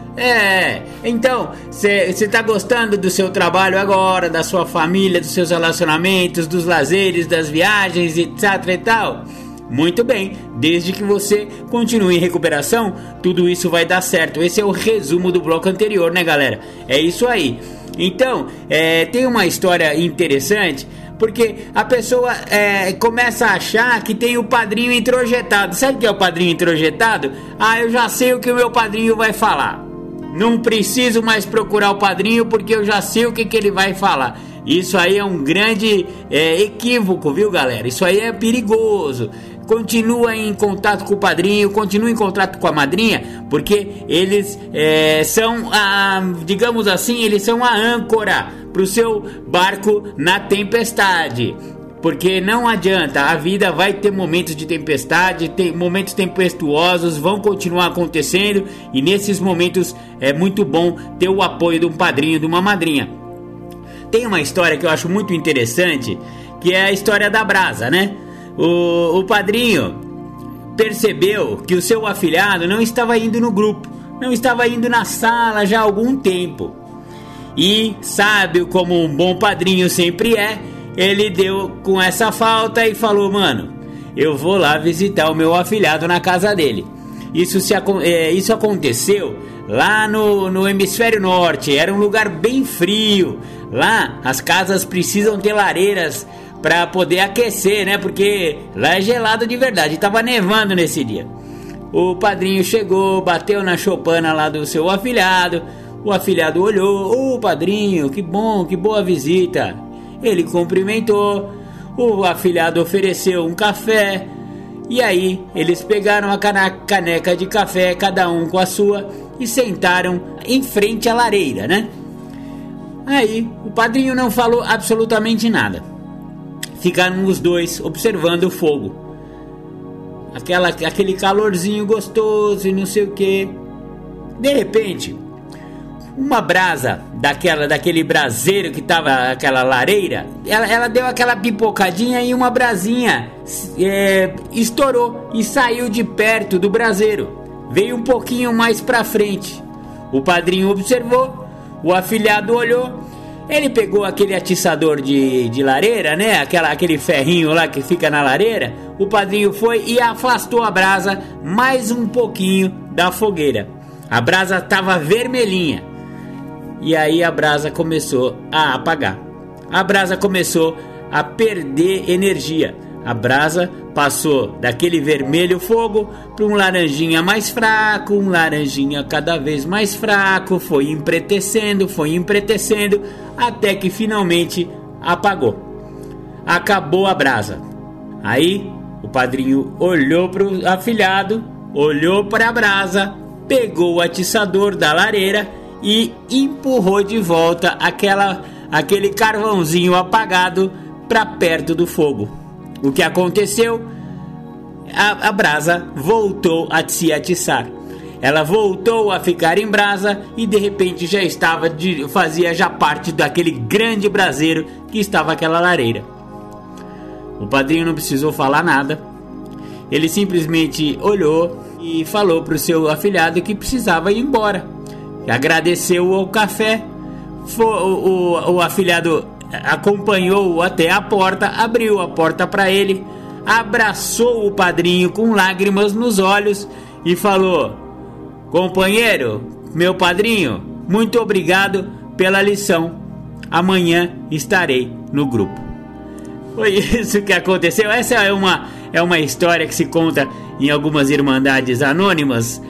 Então, você tá gostando do seu trabalho agora, da sua família, dos seus relacionamentos, dos lazeres, das viagens, etc e tal? Muito bem, desde que você continue em recuperação, tudo isso vai dar certo. Esse é o resumo do bloco anterior, né, galera? É isso aí. Então, tem uma história interessante, porque a pessoa começa a achar que tem o padrinho introjetado. Sabe o que é o padrinho introjetado? Eu já sei o que o meu padrinho vai falar. Não preciso mais procurar o padrinho porque eu já sei o que ele vai falar. Isso aí é um grande equívoco, viu, galera? Isso aí é perigoso. Continua em contato com o padrinho, continua em contato com a madrinha, porque eles são, digamos assim, eles são a âncora para o seu barco na tempestade. Porque não adianta, a vida vai ter momentos de tempestade, momentos tempestuosos vão continuar acontecendo, e nesses momentos é muito bom ter o apoio de um padrinho, de uma madrinha. Tem uma história que eu acho muito interessante, que é a história da brasa, né? O padrinho percebeu que o seu afilhado não estava indo no grupo, não estava indo na sala já há algum tempo. E sábio como um bom padrinho sempre é, ele deu com essa falta e falou: mano, eu vou lá visitar o meu afilhado na casa dele. Isso aconteceu lá no hemisfério norte, era um lugar bem frio. Lá as casas precisam ter lareiras para poder aquecer, né? Porque lá é gelado de verdade, tava nevando nesse dia. O padrinho chegou, bateu na choupana lá do seu afilhado. O afilhado olhou: padrinho, que bom, que boa visita. Ele cumprimentou, o afilhado ofereceu um café, e aí eles pegaram a caneca de café, cada um com a sua, e sentaram em frente à lareira, né? Aí o padrinho não falou absolutamente nada. Ficaram os dois observando o fogo, aquele calorzinho gostoso e não sei o que. De repente, uma brasa daquele braseiro que tava, aquela lareira, ela deu aquela pipocadinha e uma brasinha estourou e saiu de perto do braseiro. Veio um pouquinho mais pra frente. O padrinho observou, o afilhado olhou, ele pegou aquele atiçador de lareira, né? Aquele ferrinho lá que fica na lareira. O padrinho foi e afastou a brasa mais um pouquinho da fogueira. A brasa estava vermelhinha. E aí a brasa começou a apagar. A brasa começou a perder energia. A brasa passou daquele vermelho fogo para um laranjinha mais fraco, um laranjinha cada vez mais fraco, foi empretecendo, até que finalmente apagou. Acabou a brasa. Aí o padrinho olhou para o afilhado, olhou para a brasa, pegou o atiçador da lareira e empurrou de volta aquele carvãozinho apagado para perto do fogo. O que aconteceu? A brasa voltou a se atiçar. Ela voltou a ficar em brasa e de repente fazia já parte daquele grande braseiro que estava aquela lareira. O padrinho não precisou falar nada. Ele simplesmente olhou e falou para o seu afilhado que precisava ir embora. Agradeceu ao café. O afilhado acompanhou-o até a porta, abriu a porta para ele, abraçou o padrinho com lágrimas nos olhos e falou: companheiro, meu padrinho, muito obrigado pela lição. Amanhã estarei no grupo. Foi isso que aconteceu. Essa é uma história que se conta em algumas irmandades anônimas,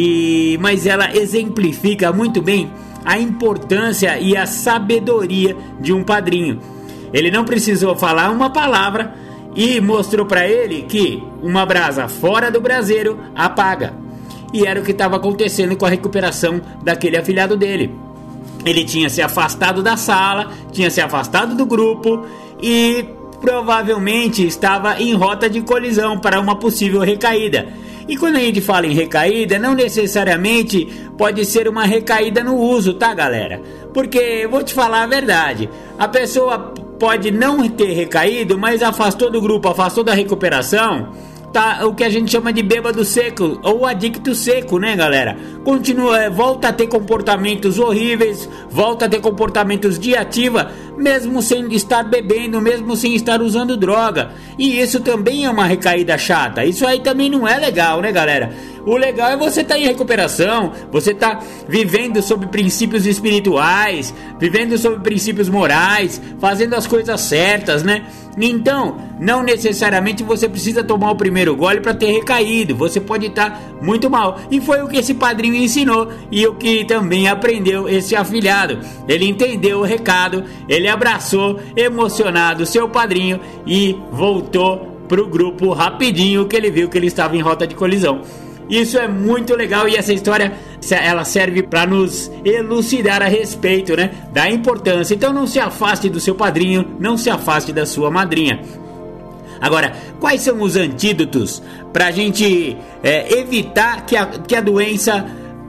mas ela exemplifica muito bem a importância e a sabedoria de um padrinho. Ele não precisou falar uma palavra e mostrou para ele que uma brasa fora do braseiro apaga. E era o que estava acontecendo com a recuperação daquele afilhado dele. Ele tinha se afastado da sala, tinha se afastado do grupo e provavelmente estava em rota de colisão para uma possível recaída. E quando a gente fala em recaída, não necessariamente pode ser uma recaída no uso, tá, galera? Porque, vou te falar a verdade, a pessoa pode não ter recaído, mas afastou do grupo, afastou da recuperação, tá, o que a gente chama de bêbado seco, ou adicto seco, né, galera? Continua, volta a ter comportamentos horríveis, volta a ter comportamentos de ativa, mesmo sem estar bebendo, mesmo sem estar usando droga. E isso também é uma recaída chata. Isso aí também não é legal, né, galera? O legal é você estar em recuperação, você estar vivendo sob princípios espirituais, vivendo sob princípios morais, fazendo as coisas certas, né? Então, não necessariamente você precisa tomar o primeiro gole para ter recaído. Você pode estar muito mal. E foi o que esse padrinho ensinou e o que também aprendeu esse afilhado. Ele entendeu o recado, ele abraçou emocionado seu padrinho e voltou pro grupo rapidinho, que ele viu que ele estava em rota de colisão. Isso é muito legal e essa história ela serve para nos elucidar a respeito, né, da importância. Então não se afaste do seu padrinho, não se afaste da sua madrinha. Agora, quais são os antídotos para a gente evitar que a doença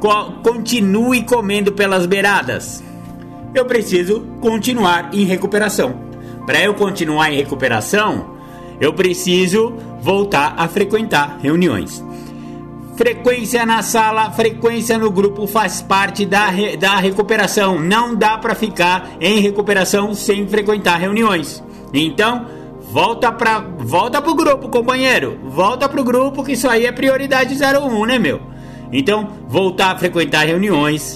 continue comendo pelas beiradas? Eu preciso continuar em recuperação. Para eu continuar em recuperação, eu preciso voltar a frequentar reuniões. Frequência na sala, frequência no grupo faz parte da recuperação. Não dá para ficar em recuperação sem frequentar reuniões. Então, volta pro grupo, companheiro. Volta pro grupo, que isso aí é prioridade 01, né, meu? Então, voltar a frequentar reuniões.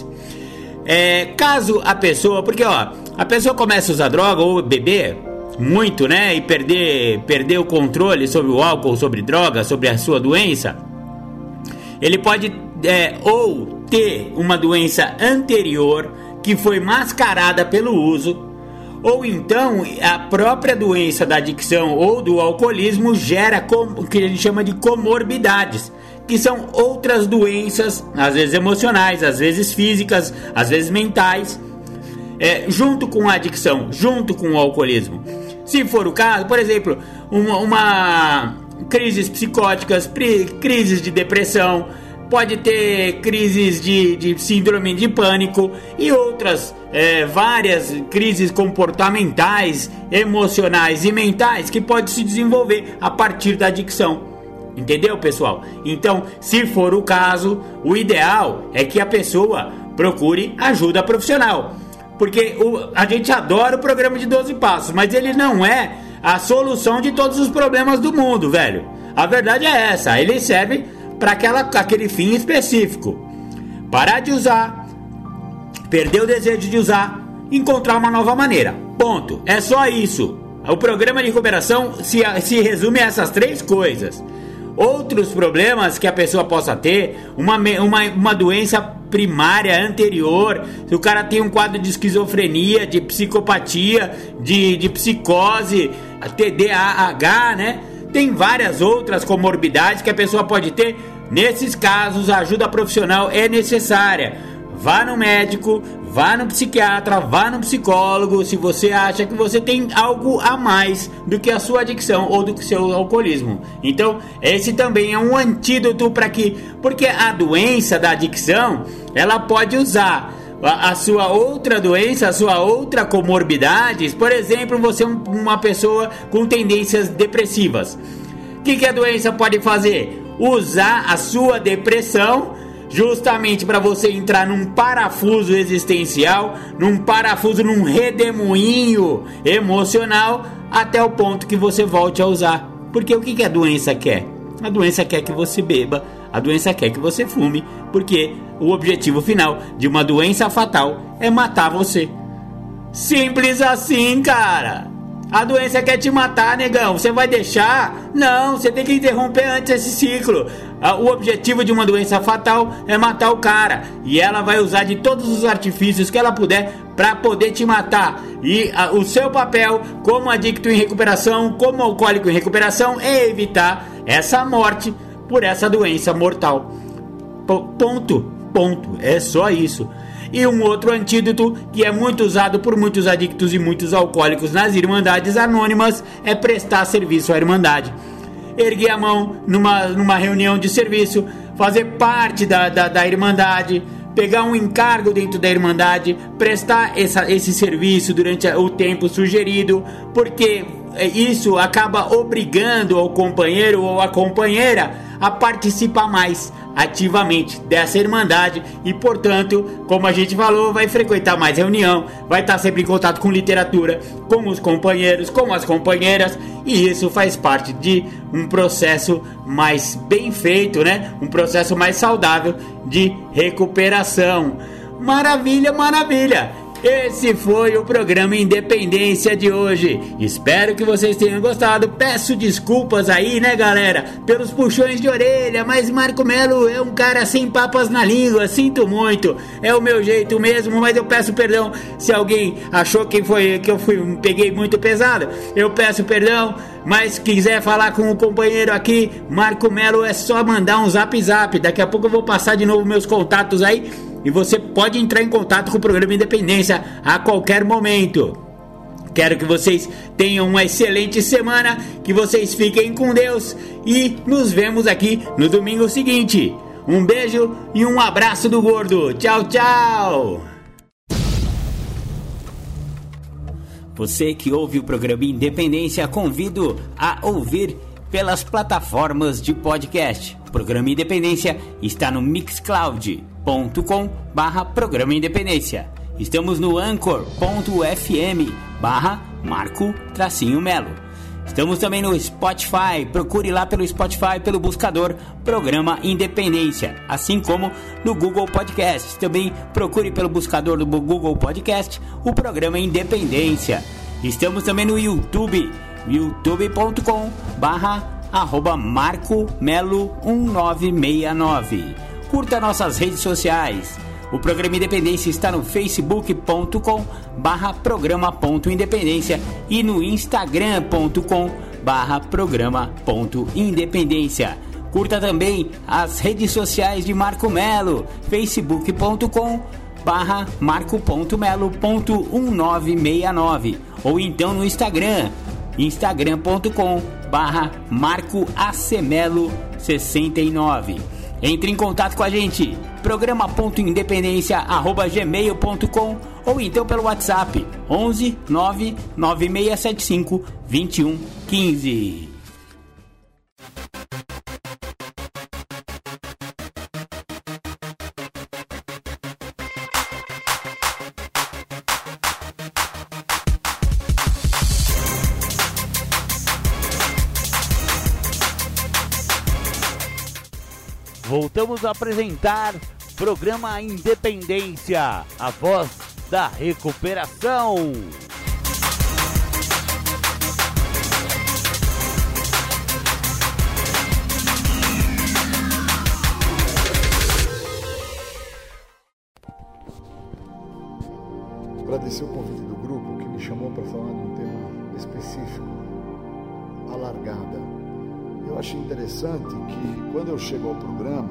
Caso a pessoa... Porque, ó, a pessoa começa a usar droga ou beber muito, né? E perder o controle sobre o álcool, sobre droga, sobre a sua doença. Ele pode ou ter uma doença anterior que foi mascarada pelo uso, ou então a própria doença da adicção ou do alcoolismo gera o que a gente chama de comorbidades, que são outras doenças, às vezes emocionais, às vezes físicas, às vezes mentais, junto com a adicção, junto com o alcoolismo. Se for o caso, por exemplo, uma crises psicóticas, crises de depressão, pode ter crises de síndrome de pânico e outras várias crises comportamentais, emocionais e mentais que pode se desenvolver a partir da adicção. Entendeu, pessoal? Então, se for o caso, o ideal é que a pessoa procure ajuda profissional. Porque a gente adora o programa de 12 passos, mas ele não é a solução de todos os problemas do mundo, velho. A verdade é essa, ele serve para aquele fim específico. Parar de usar, perder o desejo de usar, encontrar uma nova maneira. Ponto. É só isso. O programa de recuperação se resume a essas 3 coisas. Outros problemas que a pessoa possa ter, uma doença primária anterior, se o cara tem um quadro de esquizofrenia, de psicopatia, de psicose, TDAH, né? Tem várias outras comorbidades que a pessoa pode ter. Nesses casos, a ajuda profissional é necessária. Vá no médico, vá no psiquiatra, vá no psicólogo se você acha que você tem algo a mais do que a sua adicção ou do que o seu alcoolismo. Então, esse também é um antídoto porque a doença da adicção, ela pode usar a sua outra doença, a sua outra comorbidade. Por exemplo, você é uma pessoa com tendências depressivas. O que a doença pode fazer? Usar a sua depressão justamente para você entrar num parafuso existencial, num redemoinho emocional, até o ponto que você volte a usar. Porque o que a doença quer? A doença quer que você beba, a doença quer que você fume, porque o objetivo final de uma doença fatal é matar você. Simples assim, cara. A doença quer te matar, negão. Você vai deixar? Não, você tem que interromper antes esse ciclo. O objetivo de uma doença fatal é matar o cara. E ela vai usar de todos os artifícios que ela puder para poder te matar. E o seu papel como adicto em recuperação, como alcoólico em recuperação, é evitar essa morte por essa doença mortal. Ponto. É só isso. E um outro antídoto que é muito usado por muitos adictos e muitos alcoólicos nas Irmandades Anônimas é prestar serviço à Irmandade. Erguer a mão numa reunião de serviço, fazer parte da Irmandade, pegar um encargo dentro da Irmandade, prestar esse serviço durante o tempo sugerido, porque isso acaba obrigando o companheiro ou a companheira a participar mais ativamente dessa Irmandade e, portanto, como a gente falou, vai frequentar mais reunião, vai estar sempre em contato com literatura, com os companheiros, com as companheiras, e isso faz parte de um processo mais bem feito, né? Um processo mais saudável de recuperação. Maravilha, maravilha! Esse foi o programa Independência de hoje. Espero que vocês tenham gostado. Peço desculpas aí, né, galera, pelos puxões de orelha, mas Marco Melo é um cara sem papas na língua. Sinto muito, é o meu jeito mesmo, mas eu peço perdão se alguém achou que eu peguei muito pesado. Eu peço perdão, mas quiser falar com o companheiro aqui, Marco Melo, é só mandar um zap. Daqui a pouco eu vou passar de novo meus contatos aí e você pode entrar em contato com o programa Independência a qualquer momento. Quero que vocês tenham uma excelente semana, que vocês fiquem com Deus e nos vemos aqui no domingo seguinte. Um beijo e um abraço do Gordo. Tchau, tchau! Você que ouve o programa Independência, convido a ouvir pelas plataformas de podcast. O programa Independência está no mixcloud.com/programa Independência. Estamos no anchor.fm/Marco-Melo. Estamos também no Spotify. Procure lá pelo Spotify, pelo buscador Programa Independência, assim como no Google Podcast. Também procure pelo buscador do Google Podcast o Programa Independência. Estamos também no YouTube, youtube.com/MarcoMelo1969. Curta nossas redes sociais. O Programa Independência está no facebook.com/programa.independência e no instagram.com/programa.independência. Curta também as redes sociais de Marco Melo, facebook.com/marco.melo.1969 ou então no Instagram, instagram.com/marcoacmelo69. Entre em contato com a gente, programa.independência@gmail.com ou então pelo WhatsApp 11 99675 2115. Voltamos a apresentar programa Independência, a voz da recuperação. Agradecer o convite do grupo que me chamou para falar de um tema específico, a largada. Eu achei interessante que quando eu chego ao programa,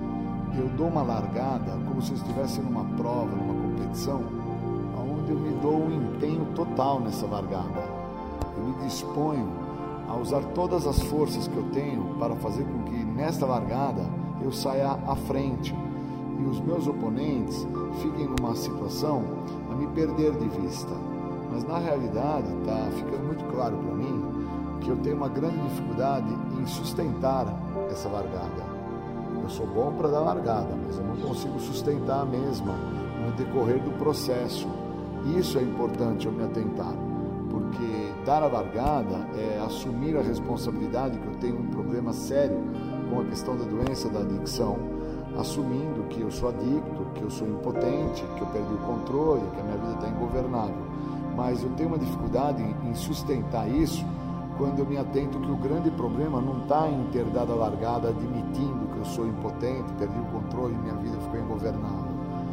eu dou uma largada como se eu estivesse numa prova, numa competição, onde eu me dou um empenho total nessa largada. Eu me disponho a usar todas as forças que eu tenho para fazer com que nesta largada eu saia à frente e os meus oponentes fiquem numa situação a me perder de vista. Mas na realidade está ficando muito claro para mim que eu tenho uma grande dificuldade em sustentar essa largada. Eu sou bom para dar largada, mas eu não consigo sustentar a mesma no decorrer do processo. Isso é importante eu me atentar, porque dar a largada é assumir a responsabilidade que eu tenho um problema sério com a questão da doença da adicção, assumindo que eu sou adicto, que eu sou impotente, que eu perdi o controle, que a minha vida está ingovernável. Mas eu tenho uma dificuldade em sustentar isso quando eu me atento que o grande problema não está em ter dado a largada admitindo que eu sou impotente, perdi o controle e minha vida ficou ingovernável.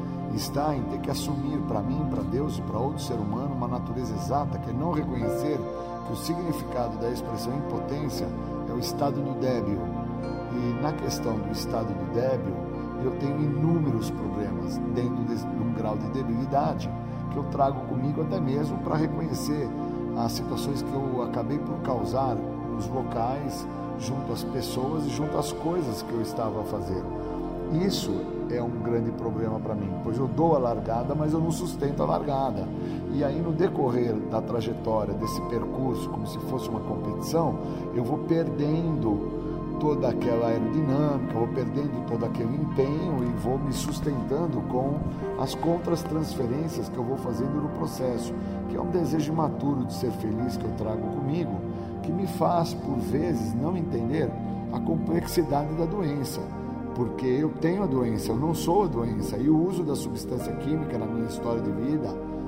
Está em ter que assumir para mim, para Deus e para outro ser humano uma natureza exata, que é não reconhecer que o significado da expressão impotência é o estado do débil. E na questão do estado do débil, eu tenho inúmeros problemas dentro de um grau de debilidade que eu trago comigo até mesmo para reconhecer as situações que eu acabei por causar nos locais, junto às pessoas e junto às coisas que eu estava fazendo. Isso é um grande problema para mim, pois eu dou a largada, mas eu não sustento a largada. E aí no decorrer da trajetória desse percurso, como se fosse uma competição, eu vou perdendo toda aquela aerodinâmica, vou perdendo todo aquele empenho e vou me sustentando com as contratransferências que eu vou fazendo no processo, que é um desejo imaturo de ser feliz que eu trago comigo, que me faz, por vezes, não entender a complexidade da doença, porque eu tenho a doença, eu não sou a doença, e o uso da substância química na minha história de vida,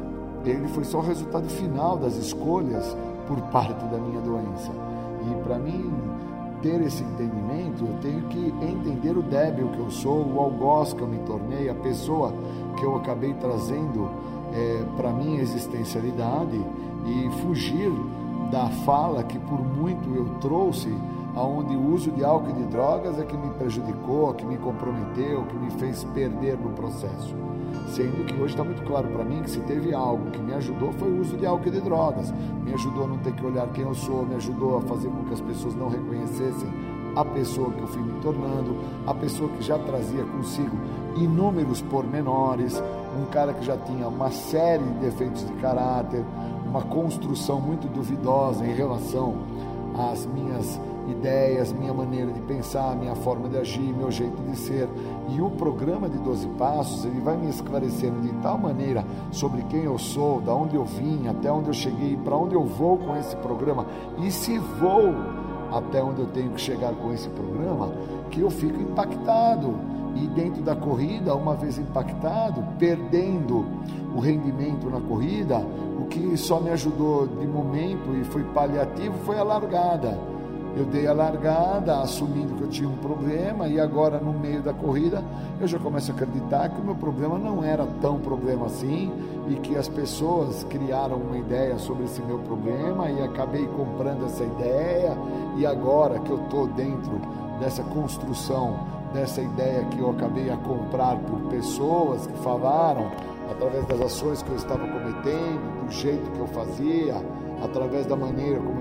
ele foi só o resultado final das escolhas por parte da minha doença. E para mim ter esse entendimento, eu tenho que entender o débil que eu sou, o algoz que eu me tornei, a pessoa que eu acabei trazendo para a minha existencialidade e fugir da fala que por muito eu trouxe, aonde o uso de álcool e de drogas é que me prejudicou, que me comprometeu, que me fez perder no processo. Sendo que hoje está muito claro para mim que se teve algo que me ajudou foi o uso de álcool e de drogas. Me ajudou a não ter que olhar quem eu sou, me ajudou a fazer com que as pessoas não reconhecessem a pessoa que eu fui me tornando, a pessoa que já trazia consigo inúmeros pormenores, um cara que já tinha uma série de defeitos de caráter, uma construção muito duvidosa em relação às minhas ideias, minha maneira de pensar, minha forma de agir, meu jeito de ser. E o programa de 12 Passos, ele vai me esclarecendo de tal maneira sobre quem eu sou, da onde eu vim, até onde eu cheguei, para onde eu vou com esse programa, e se vou até onde eu tenho que chegar com esse programa, que eu fico impactado. E dentro da corrida, uma vez impactado, perdendo o rendimento na corrida, o que só me ajudou de momento e foi paliativo foi a largada. Eu dei a largada, assumindo que eu tinha um problema, e agora no meio da corrida eu já começo a acreditar que o meu problema não era tão problema assim, e que as pessoas criaram uma ideia sobre esse meu problema e acabei comprando essa ideia, e agora que eu estou dentro dessa construção, dessa ideia que eu acabei a comprar por pessoas que falaram, através das ações que eu estava cometendo, do jeito que eu fazia, através da maneira como eu me portava,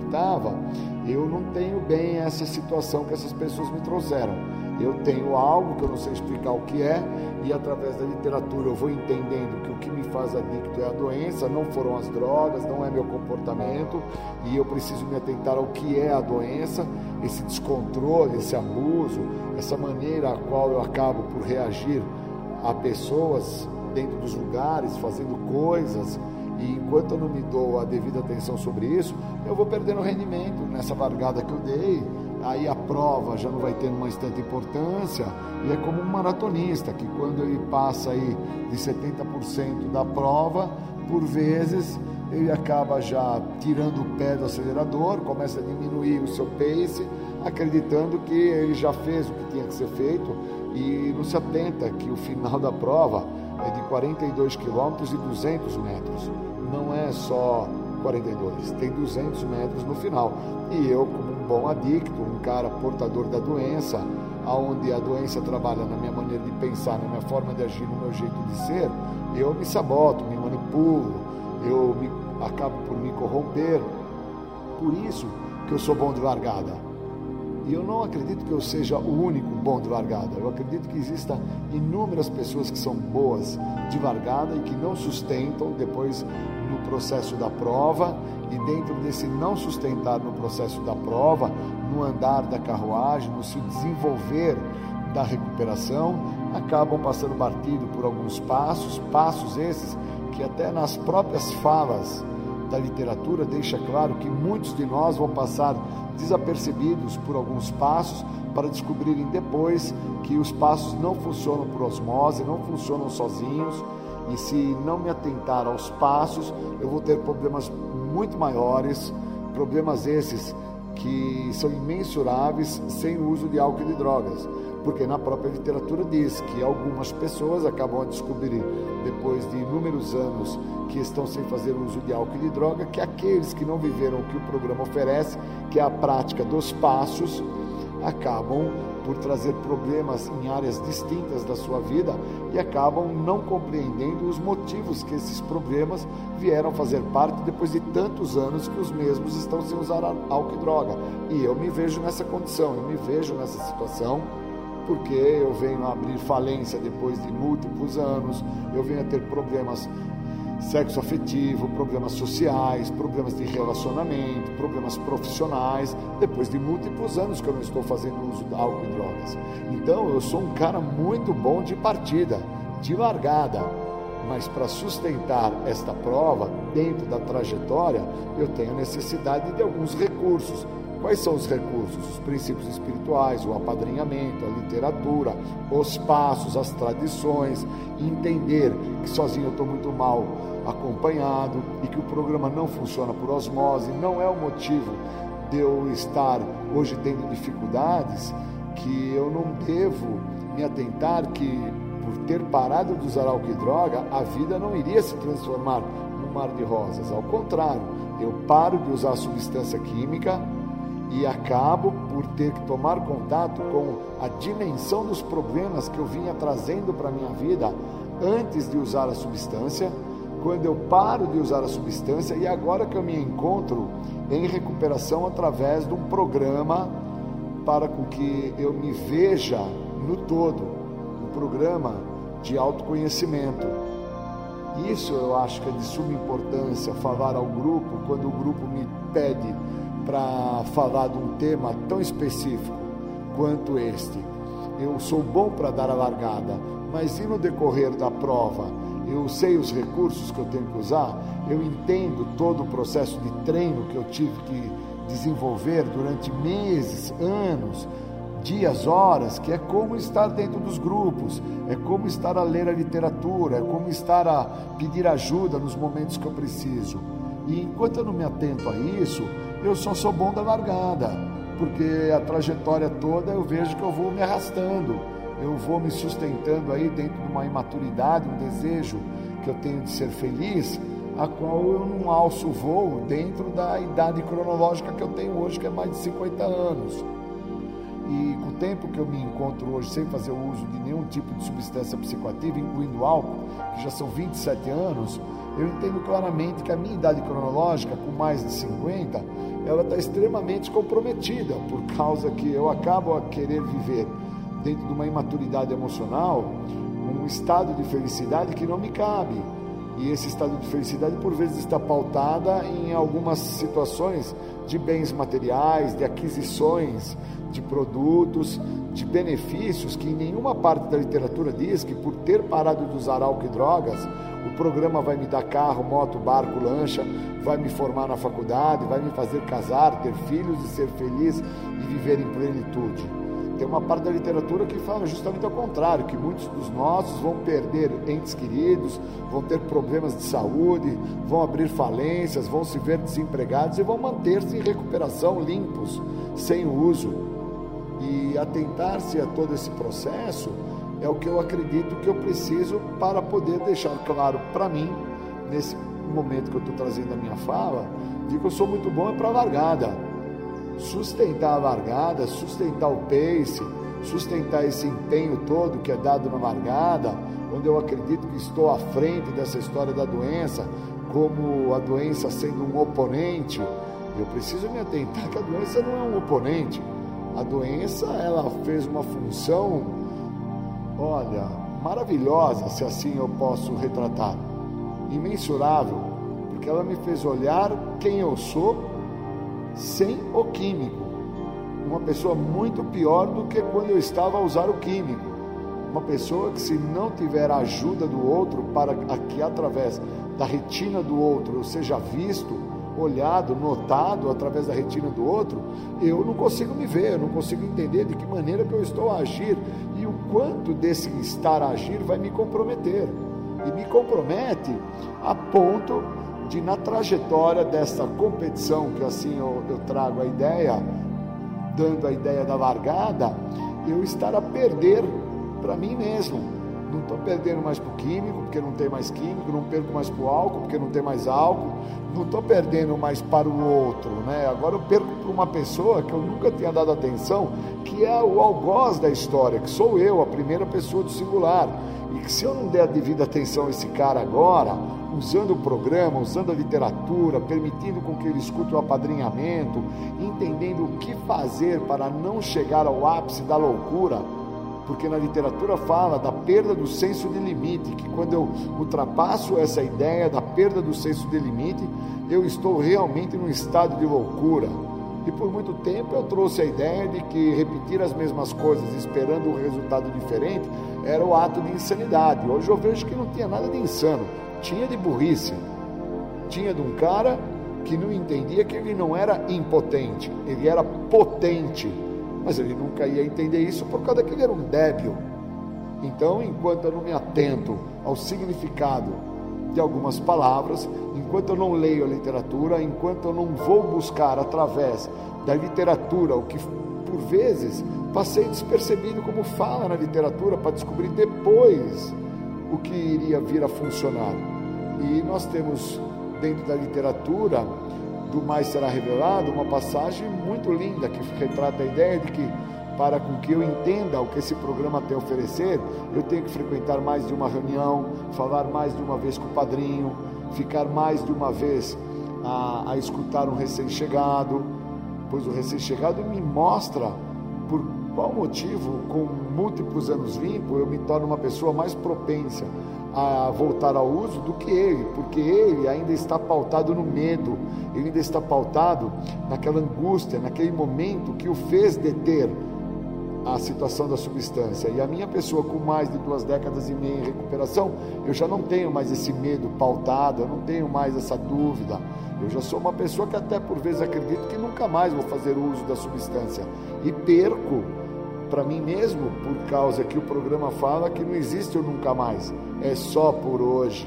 estava, eu não tenho bem essa situação que essas pessoas me trouxeram. Eu tenho algo que eu não sei explicar o que é, e através da literatura eu vou entendendo que o que me faz adicto é a doença, não foram as drogas, não é meu comportamento, e eu preciso me atentar ao que é a doença, esse descontrole, esse abuso, essa maneira a qual eu acabo por reagir a pessoas dentro dos lugares, fazendo coisas, e enquanto eu não me dou a devida atenção sobre isso, eu vou perdendo rendimento nessa largada que eu dei. Aí a prova já não vai tendo mais tanta importância, e é como um maratonista, que quando ele passa aí de 70% da prova, por vezes ele acaba já tirando o pé do acelerador, começa a diminuir o seu pace, acreditando que ele já fez o que tinha que ser feito, e não se atenta que o final da prova é de 42 quilômetros e 200 metros, não é só 42, tem 200 metros no final. E eu, como um bom adicto, um cara portador da doença, onde a doença trabalha na minha maneira de pensar, na minha forma de agir, no meu jeito de ser, eu me saboto, me manipulo, acabo por me corromper. Por isso que eu sou bom de largada. E eu não acredito que eu seja o único bom de largada. Eu acredito que existam inúmeras pessoas que são boas de largada e que não sustentam depois no processo da prova, e dentro desse não sustentar no processo da prova, no andar da carruagem, no se desenvolver da recuperação, acabam passando batido por alguns passos esses que até nas próprias falas da literatura deixa claro que muitos de nós vão passar desapercebidos por alguns passos para descobrirem depois que os passos não funcionam por osmose, não funcionam sozinhos, e se não me atentar aos passos, eu vou ter problemas muito maiores, problemas esses que são imensuráveis sem o uso de álcool e de drogas, porque na própria literatura diz que algumas pessoas acabam a descobrir, depois de inúmeros anos que estão sem fazer uso de álcool e de droga, que aqueles que não viveram o que o programa oferece, que é a prática dos passos, acabam por trazer problemas em áreas distintas da sua vida e acabam não compreendendo os motivos que esses problemas vieram fazer parte depois de tantos anos que os mesmos estão sem usar álcool e droga. E eu me vejo nessa condição, eu me vejo nessa situação, porque eu venho a abrir falência depois de múltiplos anos, eu venho a ter problemas sexo afetivo, problemas sociais, problemas de relacionamento, problemas profissionais, depois de múltiplos anos que eu não estou fazendo uso de álcool e drogas. Então eu sou um cara muito bom de partida, de largada, mas para sustentar esta prova, dentro da trajetória, eu tenho necessidade de alguns recursos. Quais são os recursos? Os princípios espirituais, o apadrinhamento, a literatura, os passos, as tradições, entender que sozinho eu estou muito mal acompanhado e que o programa não funciona por osmose, não é o motivo de eu estar hoje tendo dificuldades, que eu não devo me atentar que por ter parado de usar álcool e droga, a vida não iria se transformar num mar de rosas. Ao contrário, eu paro de usar substância química e acabo por ter que tomar contato com a dimensão dos problemas que eu vinha trazendo para a minha vida antes de usar a substância, quando eu paro de usar a substância, e agora que eu me encontro em recuperação através de um programa para com que eu me veja no todo, um programa de autoconhecimento. Isso eu acho que é de suma importância falar ao grupo, quando o grupo me pede para falar de um tema tão específico quanto este. Eu sou bom para dar a largada, mas e no decorrer da prova? Eu sei os recursos que eu tenho que usar, eu entendo todo o processo de treino que eu tive que desenvolver durante meses, anos, dias, horas, que é como estar dentro dos grupos, é como estar a ler a literatura, é como estar a pedir ajuda nos momentos que eu preciso. E enquanto eu não me atento a isso, eu só sou bom da largada, porque a trajetória toda eu vejo que eu vou me arrastando, eu vou me sustentando aí dentro de uma imaturidade, um desejo que eu tenho de ser feliz, a qual eu não alço o voo dentro da idade cronológica que eu tenho hoje, que é mais de 50 anos. E com o tempo que eu me encontro hoje sem fazer uso de nenhum tipo de substância psicoativa, incluindo álcool, que já são 27 anos, eu entendo claramente que a minha idade cronológica, com mais de 50, ela está extremamente comprometida, por causa que eu acabo a querer viver dentro de uma imaturidade emocional, um estado de felicidade que não me cabe. E esse estado de felicidade, por vezes, está pautada em algumas situações de bens materiais, de aquisições de produtos, de benefícios, que em nenhuma parte da literatura diz que por ter parado de usar álcool e drogas, o programa vai me dar carro, moto, barco, lancha, vai me formar na faculdade, vai me fazer casar, ter filhos e ser feliz e viver em plenitude. Tem uma parte da literatura que fala justamente ao contrário, que muitos dos nossos vão perder entes queridos, vão ter problemas de saúde, vão abrir falências, vão se ver desempregados e vão manter-se em recuperação limpos, sem uso. E atentar-se a todo esse processo é o que eu acredito que eu preciso para poder deixar claro para mim, nesse momento que eu estou trazendo a minha fala, de que eu sou muito bom para a largada. Sustentar a largada, sustentar o pace, sustentar esse empenho todo que é dado na largada, onde eu acredito que estou à frente dessa história da doença, como a doença sendo um oponente. Eu preciso me atentar que a doença não é um oponente. A doença, ela fez uma função, olha, maravilhosa, se assim eu posso retratar, imensurável, porque ela me fez olhar quem eu sou sem o químico, uma pessoa muito pior do que quando eu estava a usar o químico, uma pessoa que, se não tiver a ajuda do outro para que através da retina do outro eu seja visto, olhado, notado através da retina do outro, eu não consigo me ver, eu não consigo entender de que maneira que eu estou a agir e o quanto desse estar a agir vai me comprometer, e me compromete a ponto de, na trajetória dessa competição, que assim eu trago a ideia, dando a ideia da largada, eu estar a perder para mim mesmo. Não estou perdendo mais para o químico, porque não tem mais químico, não perco mais para o álcool, porque não tem mais álcool, não estou perdendo mais para o outro, né? Agora eu perco para uma pessoa que eu nunca tinha dado atenção, que é o algoz da história, que sou eu, a primeira pessoa do singular, e que se eu não der a devida atenção a esse cara agora, usando o programa, usando a literatura, permitindo com que ele escute o apadrinhamento, entendendo o que fazer para não chegar ao ápice da loucura, porque na literatura fala da perda do senso de limite, que quando eu ultrapasso essa ideia da perda do senso de limite, eu estou realmente num estado de loucura. E por muito tempo eu trouxe a ideia de que repetir as mesmas coisas esperando um resultado diferente era o ato de insanidade. Hoje eu vejo que não tinha nada de insano, tinha de burrice, tinha de um cara que não entendia que ele não era impotente, ele era potente, mas ele nunca ia entender isso por causa que ele era um débil. Então, enquanto eu não me atento ao significado de algumas palavras, enquanto eu não leio a literatura, enquanto eu não vou buscar através da literatura o que por vezes passei despercebido como fala na literatura, para descobrir depois o que iria vir a funcionar. E nós temos dentro da literatura do Mais Será Revelado uma passagem muito linda que retrata a ideia de que, para com que eu entenda o que esse programa tem a oferecer, eu tenho que frequentar mais de uma reunião, falar mais de uma vez com o padrinho, ficar mais de uma vez a escutar um recém-chegado, pois o recém-chegado me mostra por qual motivo, com múltiplos anos limpo, eu me torno uma pessoa mais propensa a voltar ao uso do que ele, porque ele ainda está pautado no medo, ele ainda está pautado naquela angústia, naquele momento que o fez deter a situação da substância. E a minha pessoa com mais de 2 décadas e meia em recuperação, eu já não tenho mais esse medo pautado, eu não tenho mais essa dúvida, eu já sou uma pessoa que até por vezes acredito que nunca mais vou fazer uso da substância, e perco para mim mesmo, por causa que o programa fala que não existe o nunca mais, é só por hoje.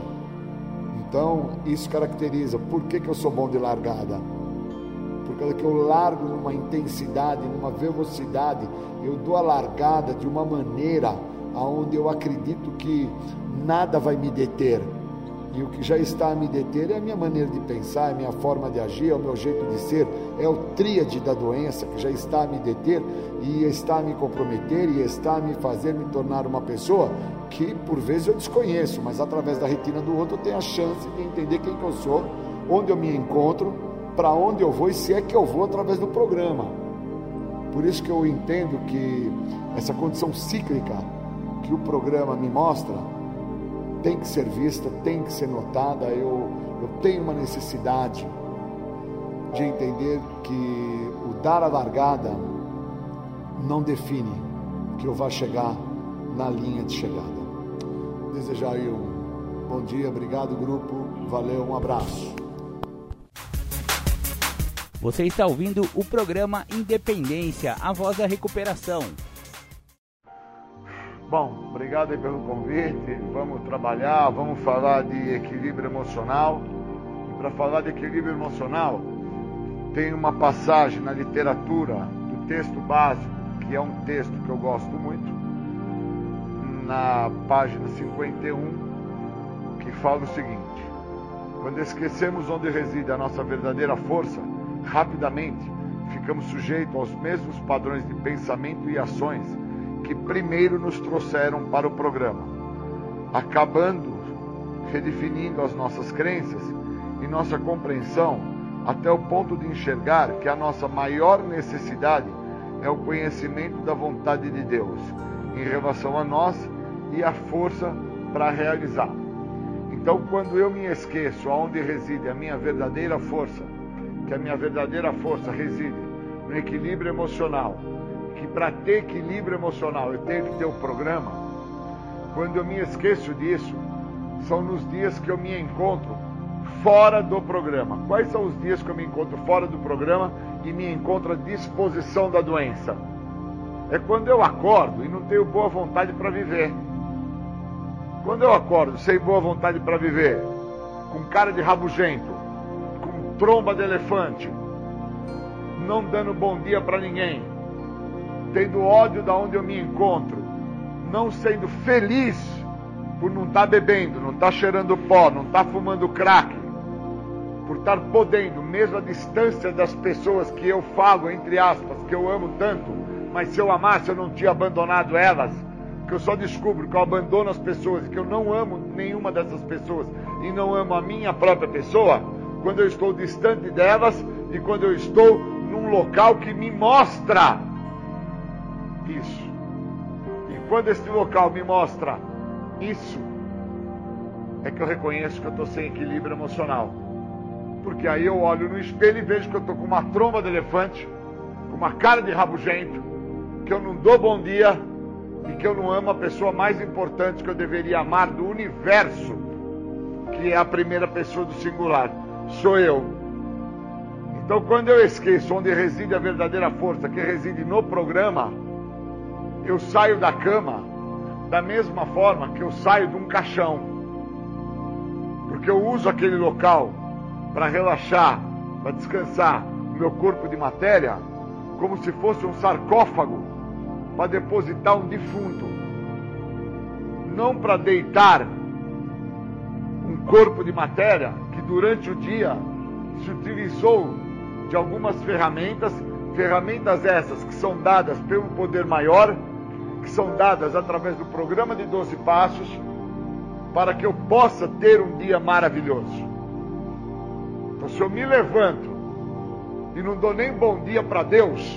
Então isso caracteriza por que eu sou bom de largada, por causa que eu largo numa intensidade, numa velocidade, eu dou a largada de uma maneira aonde eu acredito que nada vai me deter, E o que já está a me deter é a minha maneira de pensar, é a minha forma de agir, é o meu jeito de ser, é o tríade da doença que já está a me deter e está a me comprometer e está a me fazer me tornar uma pessoa que por vezes eu desconheço, mas através da retina do outro eu tenho a chance de entender quem que eu sou, onde eu me encontro, para onde eu vou e se é que eu vou através do programa. Por isso que eu entendo que essa condição cíclica que o programa me mostra tem que ser vista, tem que ser notada. Eu tenho uma necessidade de entender que o dar a largada não define que eu vá chegar na linha de chegada. Desejar aí um bom dia, obrigado grupo, valeu, um abraço. Você está ouvindo o programa Independência, a voz da recuperação. Bom, obrigado aí pelo convite, vamos trabalhar, vamos falar de equilíbrio emocional. E para falar de equilíbrio emocional, tem uma passagem na literatura do texto básico, que é um texto que eu gosto muito, na página 51, que fala o seguinte: quando esquecemos onde reside a nossa verdadeira força, rapidamente ficamos sujeitos aos mesmos padrões de pensamento e ações que primeiro nos trouxeram para o programa, acabando redefinindo as nossas crenças e nossa compreensão até o ponto de enxergar que a nossa maior necessidade é o conhecimento da vontade de Deus em relação a nós e a força para realizar. Então, quando eu me esqueço aonde reside a minha verdadeira força, que a minha verdadeira força reside no equilíbrio emocional, que para ter equilíbrio emocional eu tenho que ter o programa, quando eu me esqueço disso, são nos dias que eu me encontro fora do programa. Quais são os dias que eu me encontro fora do programa e me encontro à disposição da doença? É quando eu acordo e não tenho boa vontade para viver. Quando eu acordo sem boa vontade para viver, com cara de rabugento, com tromba de elefante, não dando bom dia para ninguém, tendo ódio da onde eu me encontro, não sendo feliz por não estar bebendo, não estar cheirando pó, não estar fumando crack, por estar podendo, mesmo a distância das pessoas que eu falo, entre aspas, que eu amo tanto, mas se eu amasse eu não tinha abandonado elas, que eu só descubro que eu abandono as pessoas e que eu não amo nenhuma dessas pessoas e não amo a minha própria pessoa, quando eu estou distante delas e quando eu estou num local que me mostra isso. E quando esse local me mostra isso, é que eu reconheço que eu estou sem equilíbrio emocional. Porque aí eu olho no espelho e vejo que eu estou com uma tromba de elefante, com uma cara de rabugento, que eu não dou bom dia e que eu não amo a pessoa mais importante que eu deveria amar do universo, que é a primeira pessoa do singular, sou eu. Então, quando eu esqueço onde reside a verdadeira força, que reside no programa, eu saio da cama da mesma forma que eu saio de um caixão, porque eu uso aquele local para relaxar, para descansar o meu corpo de matéria, como se fosse um sarcófago para depositar um defunto, não para deitar um corpo de matéria que durante o dia se utilizou de algumas ferramentas essas que são dadas pelo poder maior, que são dadas através do programa de 12 passos, para que eu possa ter um dia maravilhoso. Então, se eu me levanto e não dou nem bom dia para Deus,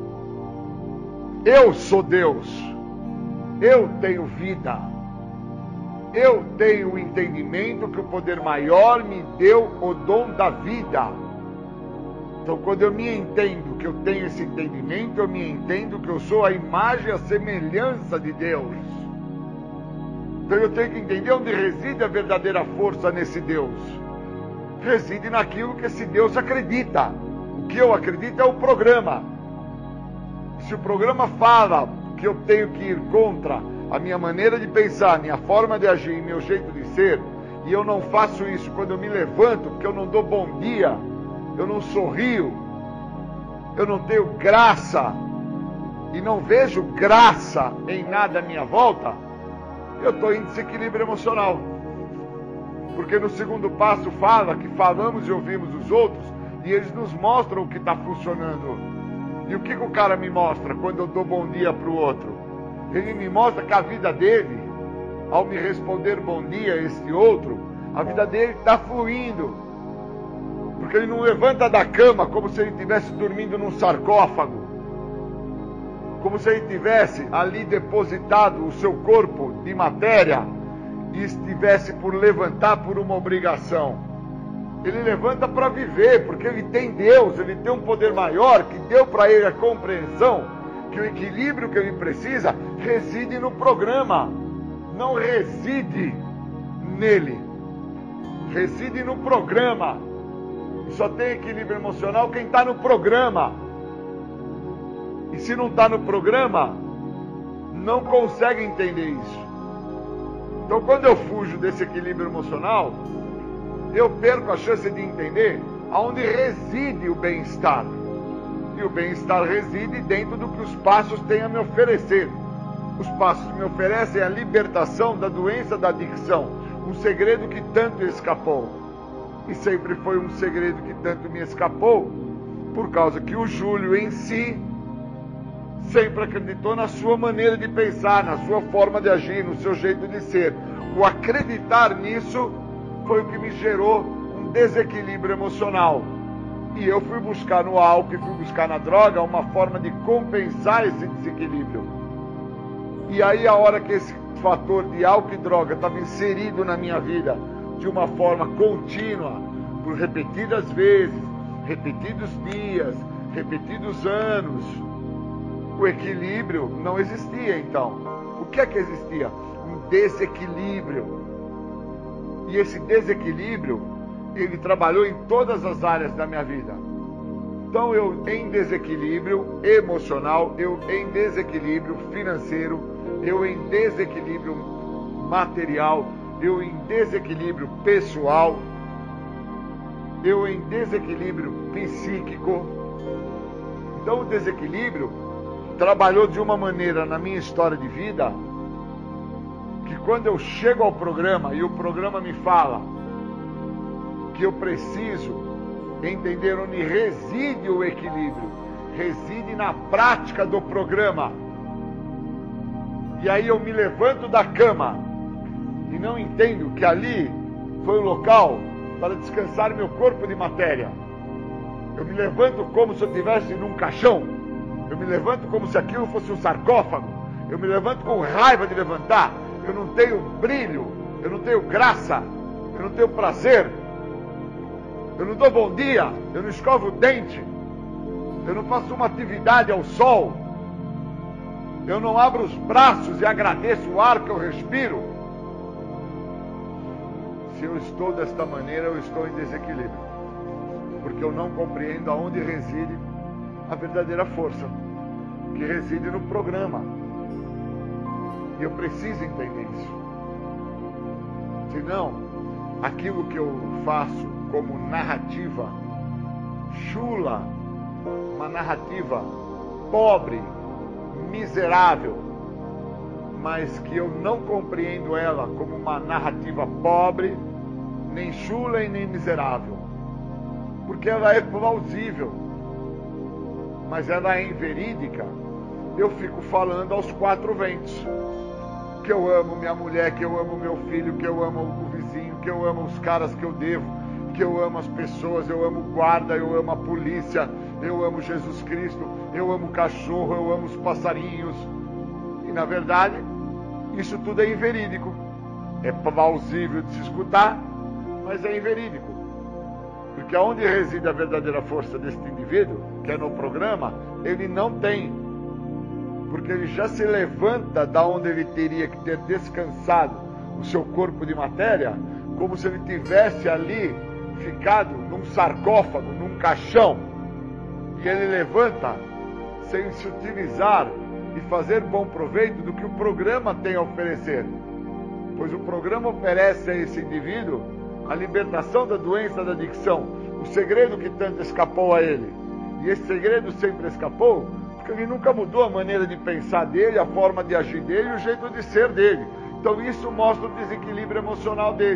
eu sou Deus, eu tenho vida, eu tenho o entendimento que o poder maior me deu o dom da vida. Então, quando eu me entendo que eu tenho esse entendimento, eu me entendo que eu sou a imagem e a semelhança de Deus. Então, eu tenho que entender onde reside a verdadeira força nesse Deus. Reside naquilo que esse Deus acredita. O que eu acredito é o programa. Se o programa fala que eu tenho que ir contra a minha maneira de pensar, minha forma de agir, meu jeito de ser, e eu não faço isso quando eu me levanto, porque eu não dou bom dia, eu não sorrio, eu não tenho graça e não vejo graça em nada à minha volta, eu estou em desequilíbrio emocional. Porque no segundo passo fala que falamos e ouvimos os outros e eles nos mostram o que está funcionando. E o que o cara me mostra quando eu dou bom dia para o outro? Ele me mostra que a vida dele, ao me responder bom dia a esse outro, a vida dele está fluindo. Porque ele não levanta da cama como se ele estivesse dormindo num sarcófago. Como se ele tivesse ali depositado o seu corpo de matéria e estivesse por levantar por uma obrigação. Ele levanta para viver, porque ele tem Deus, ele tem um poder maior que deu para ele a compreensão que o equilíbrio que ele precisa reside no programa, não reside nele, reside no programa. E só tem equilíbrio emocional quem está no programa. E se não está no programa, não consegue entender isso. Então, quando eu fujo desse equilíbrio emocional, eu perco a chance de entender aonde reside o bem-estar. E o bem-estar reside dentro do que os passos têm a me oferecer. Os passos me oferecem a libertação da doença da adicção, um segredo que tanto escapou. E sempre foi um segredo que tanto me escapou, por causa que o Júlio em si sempre acreditou na sua maneira de pensar, na sua forma de agir, no seu jeito de ser. O acreditar nisso foi o que me gerou um desequilíbrio emocional. E eu fui buscar no álcool e fui buscar na droga uma forma de compensar esse desequilíbrio. E aí, a hora que esse fator de álcool e droga estava inserido na minha vida de uma forma contínua, por repetidas vezes, repetidos dias, repetidos anos, o equilíbrio não existia. Então, o que é que existia? Um desequilíbrio. E esse desequilíbrio, ele trabalhou em todas as áreas da minha vida. Então, eu em desequilíbrio emocional, eu em desequilíbrio financeiro, eu em desequilíbrio material, eu em desequilíbrio pessoal, eu em desequilíbrio psíquico. Então, o desequilíbrio trabalhou de uma maneira na minha história de vida que quando eu chego ao programa e o programa me fala que eu preciso entender onde reside o equilíbrio, reside na prática do programa. E aí eu me levanto da cama e não entendo que ali foi o local para descansar meu corpo de matéria. Eu me levanto como se eu estivesse num caixão. Eu me levanto como se aquilo fosse um sarcófago. Eu me levanto com raiva de levantar. Eu não tenho brilho, eu não tenho graça, eu não tenho prazer. Eu não dou bom dia, eu não escovo o dente. Eu não faço uma atividade ao sol. Eu não abro os braços e agradeço o ar que eu respiro. Se eu estou desta maneira, eu estou em desequilíbrio. Porque eu não compreendo aonde reside a verdadeira força, que reside no programa. E eu preciso entender isso. Senão, aquilo que eu faço como narrativa chula, uma narrativa pobre, miserável, mas que eu não compreendo ela como uma narrativa pobre, nem chula e nem miserável, porque ela é plausível, mas ela é inverídica. Eu fico falando aos quatro ventos que eu amo minha mulher, que eu amo meu filho, que eu amo o vizinho, que eu amo os caras que eu devo, que eu amo as pessoas, eu amo o guarda, eu amo a polícia, eu amo Jesus Cristo, eu amo o cachorro, eu amo os passarinhos. E na verdade, isso tudo é inverídico. É plausível de se escutar, mas é inverídico. Porque onde reside a verdadeira força deste indivíduo, que é no programa, ele não tem. Porque ele já se levanta da onde ele teria que ter descansado o seu corpo de matéria, como se ele tivesse ali ficado num sarcófago, num caixão. E ele levanta sem se utilizar e fazer bom proveito do que o programa tem a oferecer. Pois o programa oferece a esse indivíduo a libertação da doença da adicção, o segredo que tanto escapou a ele. E esse segredo sempre escapou porque ele nunca mudou a maneira de pensar dele, a forma de agir dele e o jeito de ser dele. Então isso mostra o desequilíbrio emocional dele.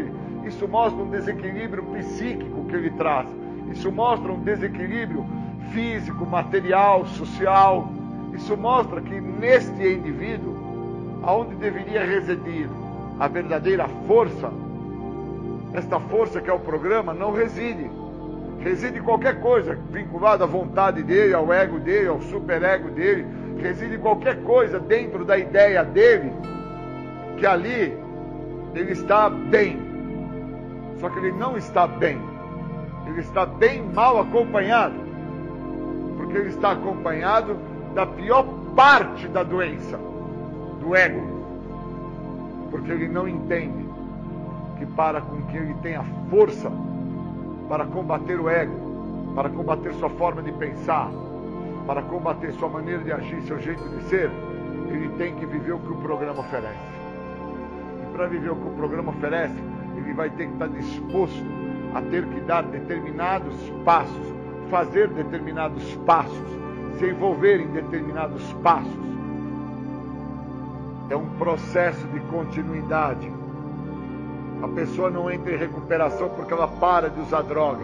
Isso mostra um desequilíbrio psíquico que ele traz. Isso mostra um desequilíbrio físico, material, social. Isso mostra que neste indivíduo, aonde deveria residir a verdadeira força, esta força que é o programa, não reside. Reside qualquer coisa vinculada à vontade dele, ao ego dele, ao superego dele. Reside qualquer coisa dentro da ideia dele, que ali ele está bem. Só que ele não está bem. Ele está bem mal acompanhado. Porque ele está acompanhado da pior parte da doença, do ego. Porque ele não entende que para com que ele tenha força para combater o ego, para combater sua forma de pensar, para combater sua maneira de agir, seu jeito de ser, ele tem que viver o que o programa oferece. E para viver o que o programa oferece, ele vai ter que estar disposto a ter que dar determinados passos, fazer determinados passos, se envolver em determinados passos. É um processo de continuidade. A pessoa não entra em recuperação porque ela para de usar droga.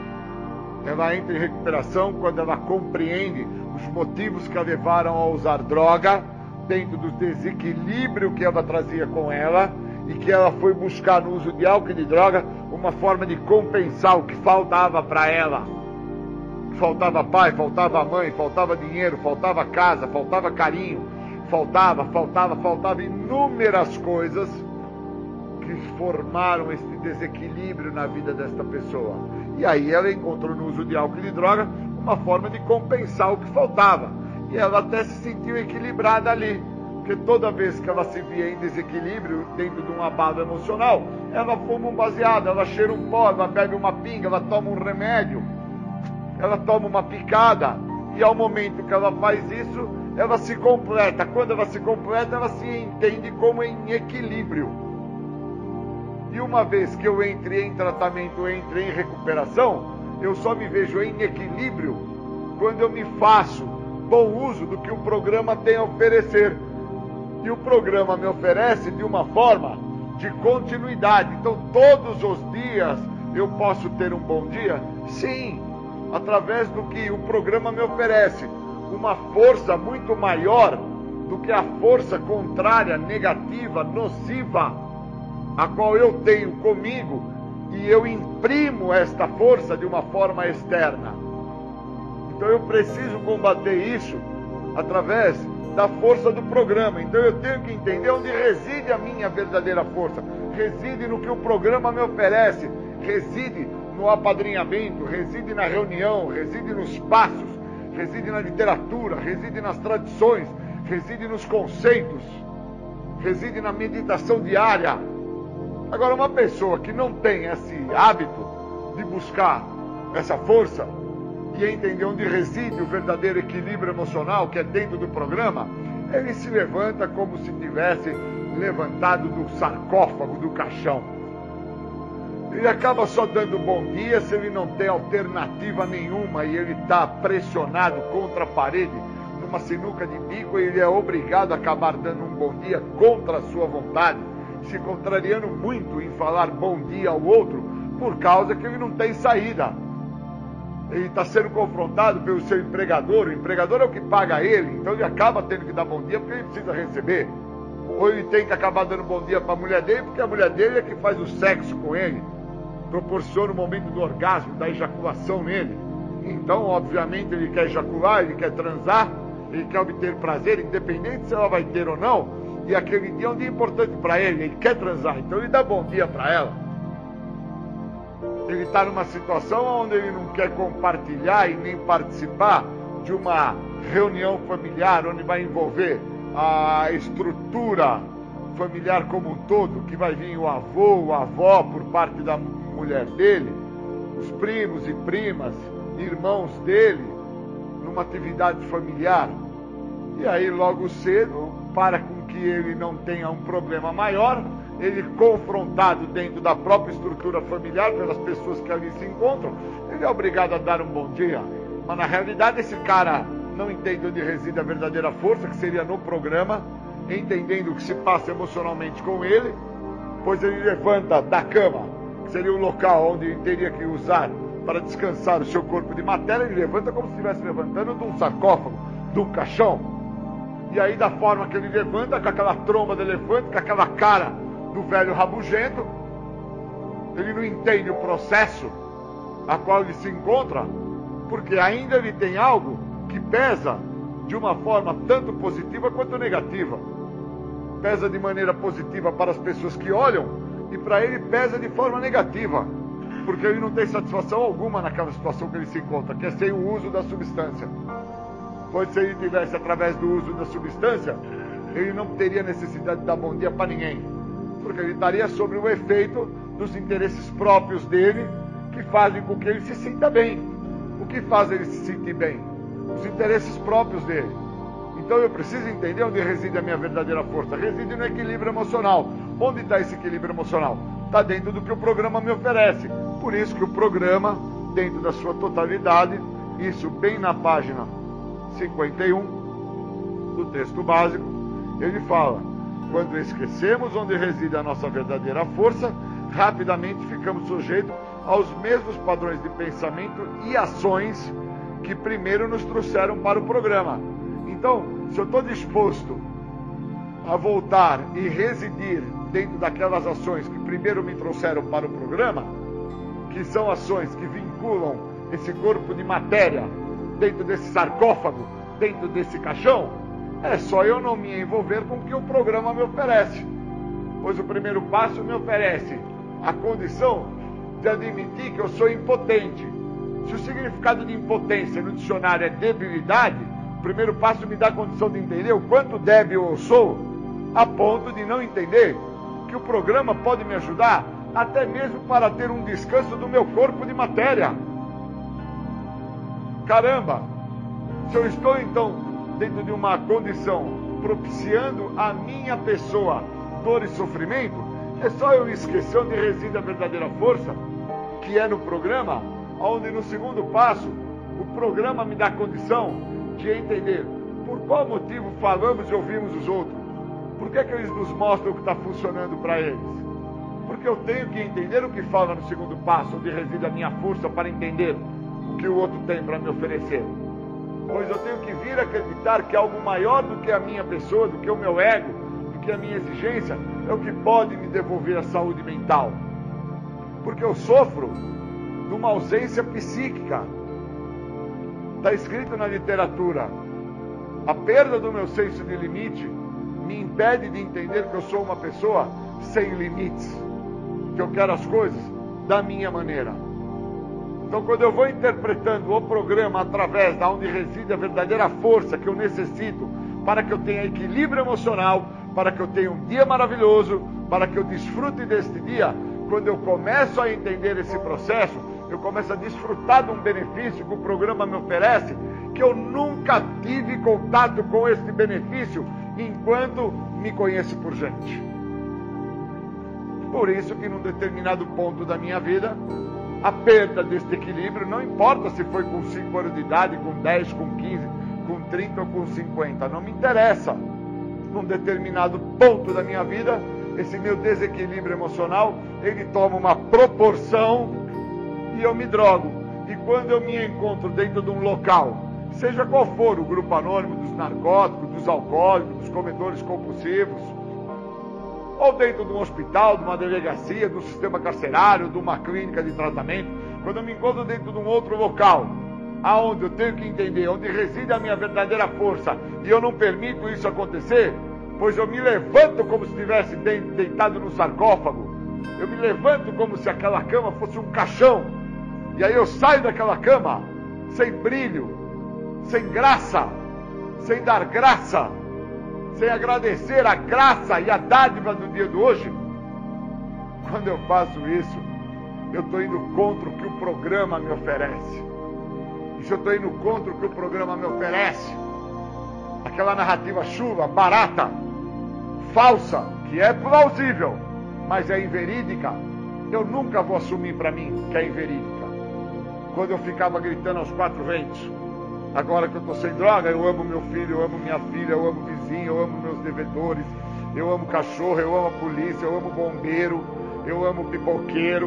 Ela entra em recuperação quando ela compreende os motivos que a levaram a usar droga, dentro do desequilíbrio que ela trazia com ela, e que ela foi buscar no uso de álcool e de droga uma forma de compensar o que faltava para ela. Faltava pai, faltava mãe, faltava dinheiro, faltava casa, faltava carinho, faltava inúmeras coisas que formaram esse desequilíbrio na vida desta pessoa. E aí ela encontrou no uso de álcool e de droga uma forma de compensar o que faltava. E ela até se sentiu equilibrada ali. Porque toda vez que ela se via em desequilíbrio, dentro de um abalo emocional, ela fuma um baseado, ela cheira um pó, ela bebe uma pinga, ela toma um remédio, ela toma uma picada. E ao momento que ela faz isso, ela se completa. Quando ela se completa, ela se entende como em equilíbrio. E uma vez que eu entre em tratamento, entre em recuperação, eu só me vejo em equilíbrio quando eu me faço bom uso do que o programa tem a oferecer. E o programa me oferece de uma forma de continuidade. Então, todos os dias eu posso ter um bom dia? Sim, através do que o programa me oferece. Uma força muito maior do que a força contrária, negativa, nociva, a qual eu tenho comigo, e eu imprimo esta força de uma forma externa. Então eu preciso combater isso através da força do programa. Então eu tenho que entender onde reside a minha verdadeira força. Reside no que o programa me oferece, reside no apadrinhamento, reside na reunião, reside nos passos, reside na literatura, reside nas tradições, reside nos conceitos, reside na meditação diária. Agora, uma pessoa que não tem esse hábito de buscar essa força e entender onde reside o verdadeiro equilíbrio emocional que é dentro do programa, ele se levanta como se tivesse levantado do sarcófago, do caixão. Ele acaba só dando bom dia se ele não tem alternativa nenhuma e ele está pressionado contra a parede, numa sinuca de bico, e ele é obrigado a acabar dando um bom dia contra a sua vontade, se contrariando muito em falar bom dia ao outro, por causa que ele não tem saída. Ele está sendo confrontado pelo seu empregador, o empregador é o que paga ele, então ele acaba tendo que dar bom dia porque ele precisa receber. Ou ele tem que acabar dando bom dia para a mulher dele, porque a mulher dele é que faz o sexo com ele, proporciona o momento do orgasmo, da ejaculação nele. Então, obviamente, ele quer ejacular, ele quer transar, ele quer obter prazer, independente se ela vai ter ou não. E aquele dia é um dia importante para ele, ele quer transar, então ele dá bom dia para ela. Ele está numa situação onde ele não quer compartilhar e nem participar de uma reunião familiar, onde vai envolver a estrutura familiar como um todo, que vai vir o avô, a avó por parte da mulher dele, os primos e primas, irmãos dele, numa atividade familiar. E aí logo cedo, para com que ele não tenha um problema maior, ele confrontado dentro da própria estrutura familiar, pelas pessoas que ali se encontram, ele é obrigado a dar um bom dia. Mas na realidade esse cara não entende onde reside a verdadeira força, que seria no programa, entendendo o que se passa emocionalmente com ele, pois ele levanta da cama que seria um local onde ele teria que usar para descansar o seu corpo de matéria, ele levanta como se estivesse levantando de um sarcófago, de um caixão. E aí, da forma que ele levanta, com aquela tromba de elefante, com aquela cara do velho rabugento, ele não entende o processo a qual ele se encontra, porque ainda ele tem algo que pesa de uma forma tanto positiva quanto negativa. Pesa de maneira positiva para as pessoas que olham, e para ele pesa de forma negativa, porque ele não tem satisfação alguma naquela situação que ele se encontra, que é sem o uso da substância. Pois se ele tivesse através do uso da substância, ele não teria necessidade de dar bom dia para ninguém, porque ele estaria sobre o efeito dos interesses próprios dele, que fazem com que ele se sinta bem. O que faz ele se sentir bem? Os interesses próprios dele. Então eu preciso entender onde reside a minha verdadeira força. Reside no equilíbrio emocional. Onde está esse equilíbrio emocional? Está dentro do que o programa me oferece. Por isso que o programa, dentro da sua totalidade, isso bem na página 51 do texto básico, ele fala: quando esquecemos onde reside a nossa verdadeira força, rapidamente ficamos sujeitos aos mesmos padrões de pensamento e ações que primeiro nos trouxeram para o programa. Então, se eu estou disposto a voltar e residir dentro daquelas ações que primeiro me trouxeram para o programa, que são ações que vinculam esse corpo de matéria dentro desse sarcófago, dentro desse caixão, é só eu não me envolver com o que o programa me oferece. Pois o primeiro passo me oferece a condição de admitir que eu sou impotente. Se o significado de impotência no dicionário é debilidade, o primeiro passo me dá a condição de entender o quanto débil eu sou, a ponto de não entender que o programa pode me ajudar até mesmo para ter um descanso do meu corpo de matéria. Caramba! Se eu estou então dentro de uma condição propiciando a minha pessoa dor e sofrimento, é só eu esquecer onde reside a verdadeira força, que é no programa, onde no segundo passo o programa me dá condição de entender por qual motivo falamos e ouvimos os outros. Por que eles nos mostram o que está funcionando para eles? Porque eu tenho que entender o que fala no segundo passo, onde reside a minha força para entender o que o outro tem para me oferecer. Pois eu tenho que vir a acreditar que algo maior do que a minha pessoa, do que o meu ego, do que a minha exigência, é o que pode me devolver a saúde mental. Porque eu sofro de uma ausência psíquica. Está escrito na literatura: a perda do meu senso de limite me impede de entender que eu sou uma pessoa sem limites, que eu quero as coisas da minha maneira. Então, quando eu vou interpretando o programa através da onde reside a verdadeira força que eu necessito para que eu tenha equilíbrio emocional, para que eu tenha um dia maravilhoso, para que eu desfrute deste dia, quando eu começo a entender esse processo, eu começo a desfrutar de um benefício que o programa me oferece, que eu nunca tive contato com esse benefício enquanto me conheço por gente. Por isso que num determinado ponto da minha vida, a perda deste equilíbrio, não importa se foi com 5 anos de idade, com 10, com 15, com 30 ou com 50, não me interessa. Num determinado ponto da minha vida, esse meu desequilíbrio emocional, ele toma uma proporção e eu me drogo. E quando eu me encontro dentro de um local, seja qual for o grupo anônimo dos narcóticos, dos alcoólicos, dos comedores compulsivos, ou dentro de um hospital, de uma delegacia, de um sistema carcerário, de uma clínica de tratamento, quando eu me encontro dentro de um outro local, aonde eu tenho que entender onde reside a minha verdadeira força, e eu não permito isso acontecer, pois eu me levanto como se estivesse deitado num sarcófago, eu me levanto como se aquela cama fosse um caixão, e aí eu saio daquela cama sem brilho, sem graça, sem dar graça, sem agradecer a graça e a dádiva do dia de hoje. Quando eu faço isso, eu estou indo contra o que o programa me oferece. E se eu estou indo contra o que o programa me oferece, aquela narrativa chuva, barata, falsa, que é plausível, mas é inverídica, eu nunca vou assumir para mim que é inverídica. Quando eu ficava gritando aos 4 ventos, agora que eu estou sem droga, eu amo meu filho, eu amo minha filha, eu amo o vizinho, eu amo meus devedores, eu amo cachorro, eu amo a polícia, eu amo bombeiro, eu amo pipoqueiro,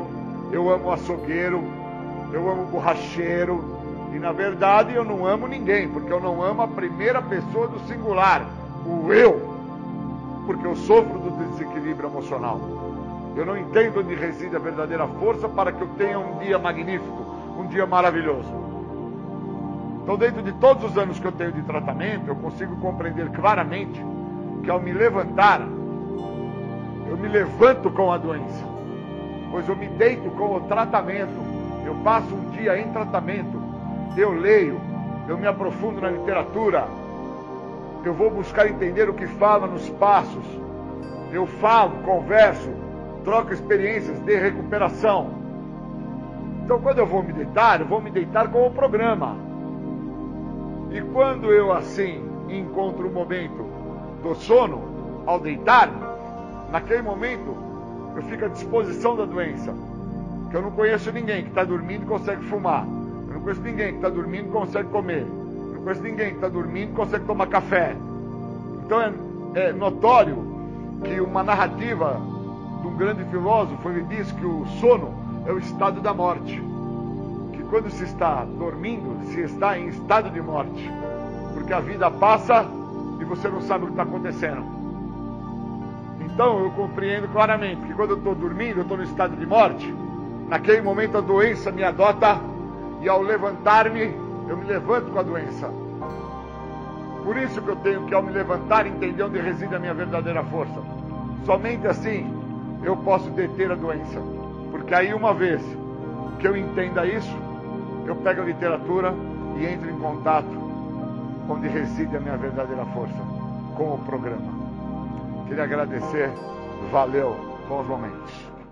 eu amo o açougueiro, eu amo o borracheiro, e na verdade eu não amo ninguém, porque eu não amo a primeira pessoa do singular, o eu, porque eu sofro do desequilíbrio emocional. Eu não entendo onde reside a verdadeira força para que eu tenha um dia magnífico, um dia maravilhoso. Então, dentro de todos os anos que eu tenho de tratamento, eu consigo compreender claramente que ao me levantar, eu me levanto com a doença, pois eu me deito com o tratamento, eu passo um dia em tratamento, eu leio, eu me aprofundo na literatura, eu vou buscar entender o que fala nos passos, eu falo, converso, troco experiências de recuperação. Então, quando eu vou me deitar com o programa. E quando eu assim encontro o momento do sono, ao deitar-me, naquele momento eu fico à disposição da doença. Que eu não conheço ninguém que está dormindo e consegue fumar. Eu não conheço ninguém que está dormindo e consegue comer. Eu não conheço ninguém que está dormindo e consegue tomar café. Então é notório que uma narrativa de um grande filósofo, ele diz que o sono é o estado da morte. Que quando se está dormindo, se está em estado de morte. Porque a vida passa e você não sabe o que está acontecendo. Então eu compreendo claramente que quando eu estou dormindo, eu estou no estado de morte. Naquele momento a doença me adota e ao levantar-me, eu me levanto com a doença. Por isso que eu tenho que, ao me levantar, entender onde reside a minha verdadeira força. Somente assim eu posso deter a doença. Porque aí, uma vez que eu entenda isso, eu pego a literatura e entro em contato onde reside a minha verdadeira força, com o programa. Queria agradecer, valeu, bons momentos.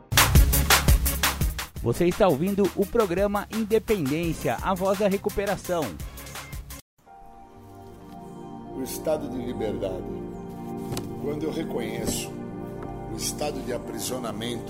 Você está ouvindo o programa Independência, a voz da recuperação. O estado de liberdade. Quando eu reconheço o estado de aprisionamento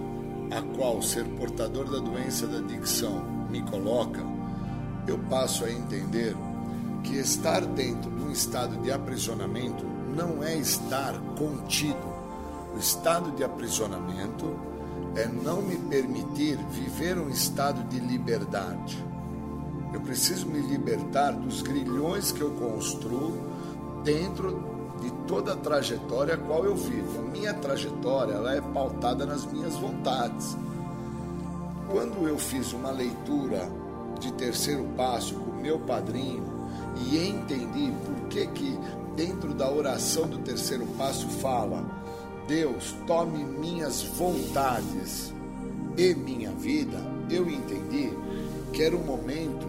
a qual ser portador da doença da adicção me coloca, eu passo a entender que estar dentro de um estado de aprisionamento não é estar contido. O estado de aprisionamento é não me permitir viver um estado de liberdade. Eu preciso me libertar dos grilhões que eu construo dentro de toda a trajetória a qual eu vivo. A minha trajetória, ela é pautada nas minhas vontades. Quando eu fiz uma leitura de Terceiro Passo com o meu padrinho e entendi por que dentro da oração do Terceiro Passo fala: Deus, tome minhas vontades e minha vida, eu entendi que era o momento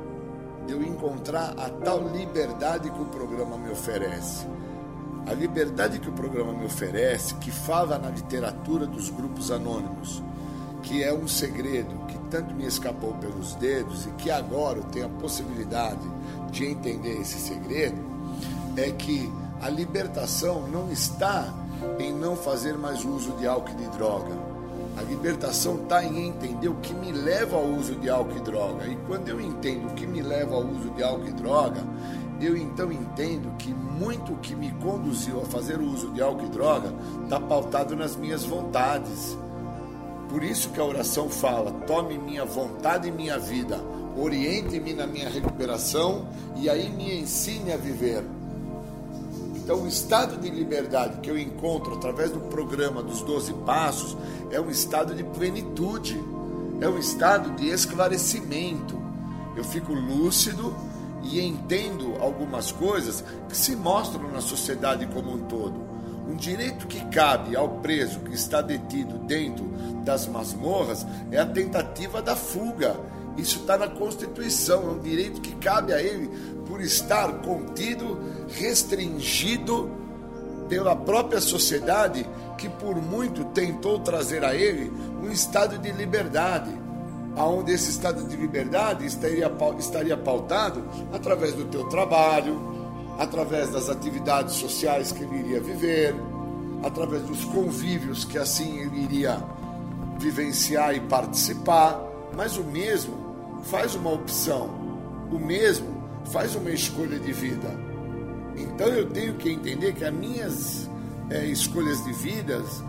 de eu encontrar a tal liberdade que o programa me oferece. A liberdade que o programa me oferece, que fala na literatura dos grupos anônimos, que é um segredo que tanto me escapou pelos dedos e que agora eu tenho a possibilidade de entender esse segredo, é que a libertação não está em não fazer mais uso de álcool e de droga. A libertação está em entender o que me leva ao uso de álcool e droga. E quando eu entendo o que me leva ao uso de álcool e droga, eu então entendo que muito que me conduziu a fazer o uso de álcool e droga está pautado nas minhas vontades. Por isso que a oração fala: tome minha vontade e minha vida, oriente-me na minha recuperação e aí me ensine a viver. Então, o estado de liberdade que eu encontro através do programa dos 12 Passos é um estado de plenitude, é um estado de esclarecimento. Eu fico lúcido e entendo algumas coisas que se mostram na sociedade como um todo. Um direito que cabe ao preso que está detido dentro das masmorras é a tentativa da fuga. Isso está na Constituição, é um direito que cabe a ele por estar contido, restringido pela própria sociedade que por muito tentou trazer a ele um estado de liberdade, aonde esse estado de liberdade estaria pautado através do teu trabalho, através das atividades sociais que ele iria viver, através dos convívios que assim ele iria vivenciar e participar. Mas o mesmo faz uma opção, o mesmo faz uma escolha de vida. Então eu tenho que entender que as minhas escolhas de vidas,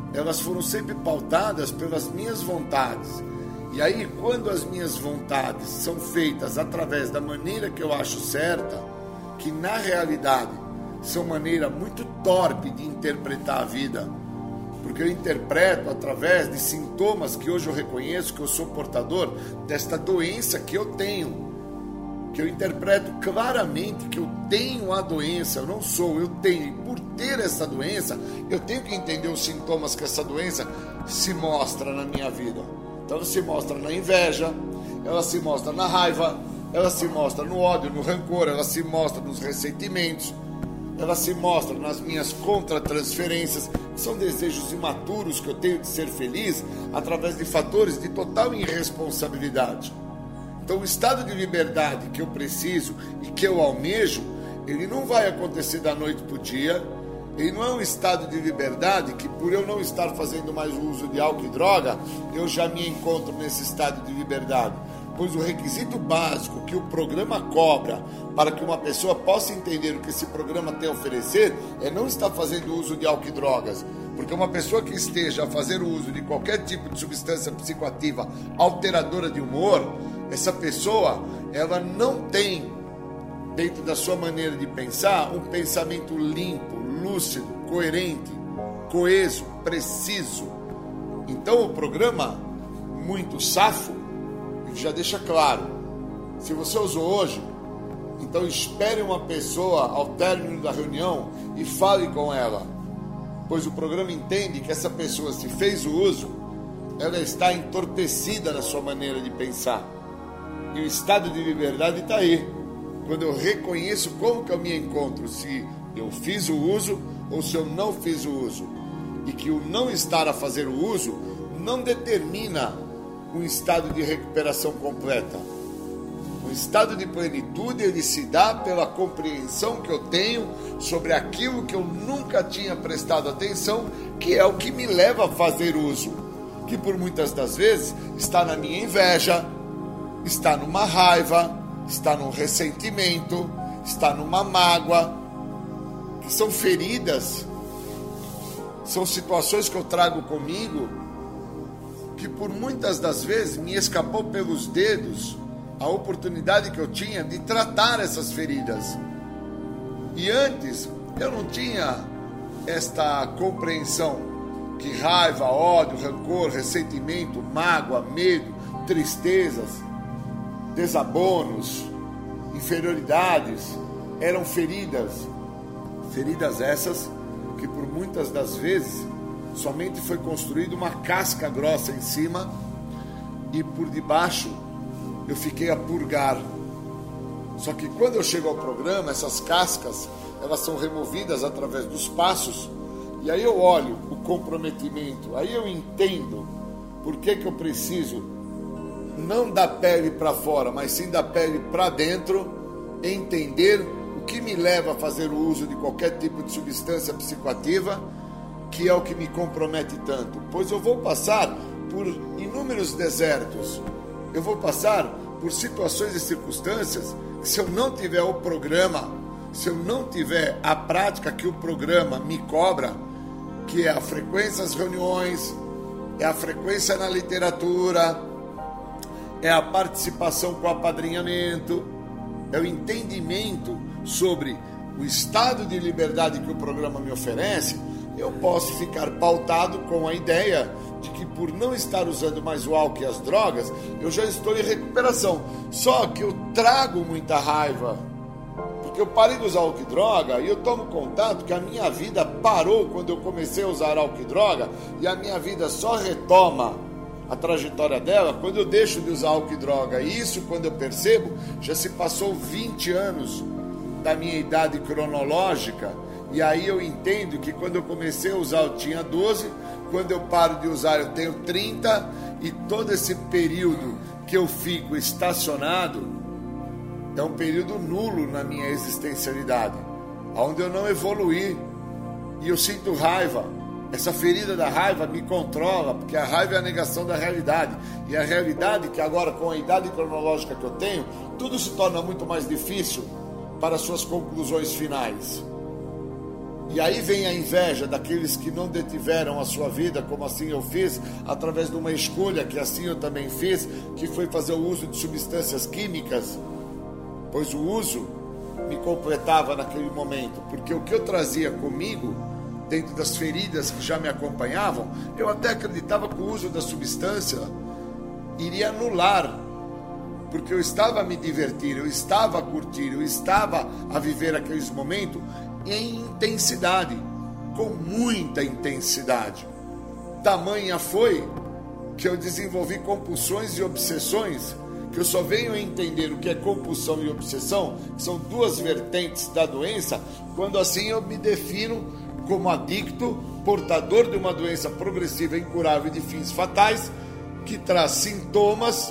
elas foram sempre pautadas pelas minhas vontades. E aí, quando as minhas vontades são feitas através da maneira que eu acho certa, que na realidade são maneira muito torpe de interpretar a vida, porque eu interpreto através de sintomas que hoje eu reconheço que eu sou portador desta doença que eu tenho, que eu interpreto claramente que eu tenho a doença, eu não sou, eu tenho, e por ter essa doença, eu tenho que entender os sintomas que essa doença se mostra na minha vida. Então ela se mostra na inveja, ela se mostra na raiva, ela se mostra no ódio, no rancor, ela se mostra nos ressentimentos, ela se mostra nas minhas contratransferências, que são desejos imaturos que eu tenho de ser feliz através de fatores de total irresponsabilidade. Então o estado de liberdade que eu preciso e que eu almejo, ele não vai acontecer da noite para o dia. Ele não é um estado de liberdade que, por eu não estar fazendo mais o uso de álcool e droga, eu já me encontro nesse estado de liberdade. Pois o requisito básico que o programa cobra para que uma pessoa possa entender o que esse programa tem a oferecer é não estar fazendo uso de álcool e drogas. Porque uma pessoa que esteja a fazer o uso de qualquer tipo de substância psicoativa alteradora de humor, essa pessoa, ela não tem, dentro da sua maneira de pensar, um pensamento limpo, lúcido, coerente, coeso, preciso. Então o programa, muito safo, já deixa claro, se você usou hoje, então espere uma pessoa ao término da reunião e fale com ela, pois o programa entende que essa pessoa, se fez o uso, ela está entorpecida na sua maneira de pensar. E o estado de liberdade está aí, quando eu reconheço como que eu me encontro, se eu fiz o uso ou se eu não fiz o uso. E que o não estar a fazer o uso não determina um estado de recuperação completa. O estado de plenitude, ele se dá pela compreensão que eu tenho sobre aquilo que eu nunca tinha prestado atenção, que é o que me leva a fazer uso, que por muitas das vezes está na minha inveja, está numa raiva, está num ressentimento, está numa mágoa, que são feridas, são situações que eu trago comigo, que por muitas das vezes me escapou pelos dedos a oportunidade que eu tinha de tratar essas feridas. E antes eu não tinha esta compreensão que raiva, ódio, rancor, ressentimento, mágoa, medo, tristezas, desabonos, inferioridades eram feridas essas que por muitas das vezes somente foi construída uma casca grossa em cima e por debaixo eu fiquei a purgar. Só que quando eu chego ao programa, essas cascas, elas são removidas através dos passos, e aí eu olho o comprometimento, aí eu entendo por que eu preciso não da pele para fora, mas sim da pele para dentro, entender o que me leva a fazer o uso de qualquer tipo de substância psicoativa, que é o que me compromete tanto. Pois eu vou passar por inúmeros desertos, eu vou passar por situações e circunstâncias que, se eu não tiver o programa, se eu não tiver a prática que o programa me cobra, que é a frequência às reuniões, é a frequência na literatura, é a participação com o apadrinhamento, é o entendimento sobre o estado de liberdade que o programa me oferece, eu posso ficar pautado com a ideia de que por não estar usando mais o álcool e as drogas, eu já estou em recuperação. Só que eu trago muita raiva, porque eu parei de usar álcool e droga e eu tomo contato que a minha vida parou quando eu comecei a usar álcool e droga, e a minha vida só retoma a trajetória dela quando eu deixo de usar álcool e droga. E isso, quando eu percebo, já se passou 20 anos da minha idade cronológica. E aí eu entendo que quando eu comecei a usar eu tinha 12, quando eu paro de usar eu tenho 30, e todo esse período que eu fico estacionado é um período nulo na minha existencialidade, onde eu não evoluí, e eu sinto raiva. Essa ferida da raiva me controla, porque a raiva é a negação da realidade, e a realidade que agora, com a idade cronológica que eu tenho, tudo se torna muito mais difícil para suas conclusões finais. E aí vem a inveja daqueles que não detiveram a sua vida, como assim eu fiz, através de uma escolha que assim eu também fiz, que foi fazer o uso de substâncias químicas, pois o uso me completava naquele momento, porque o que eu trazia comigo, dentro das feridas que já me acompanhavam, eu até acreditava que o uso da substância iria anular, porque eu estava a me divertir, eu estava a curtir, eu estava a viver aqueles momentos em intensidade, com muita intensidade. Tamanha foi que eu desenvolvi compulsões e obsessões, que eu só venho a entender o que é compulsão e obsessão, que são duas vertentes da doença, quando assim eu me defino como adicto, portador de uma doença progressiva, incurável e de fins fatais, que traz sintomas,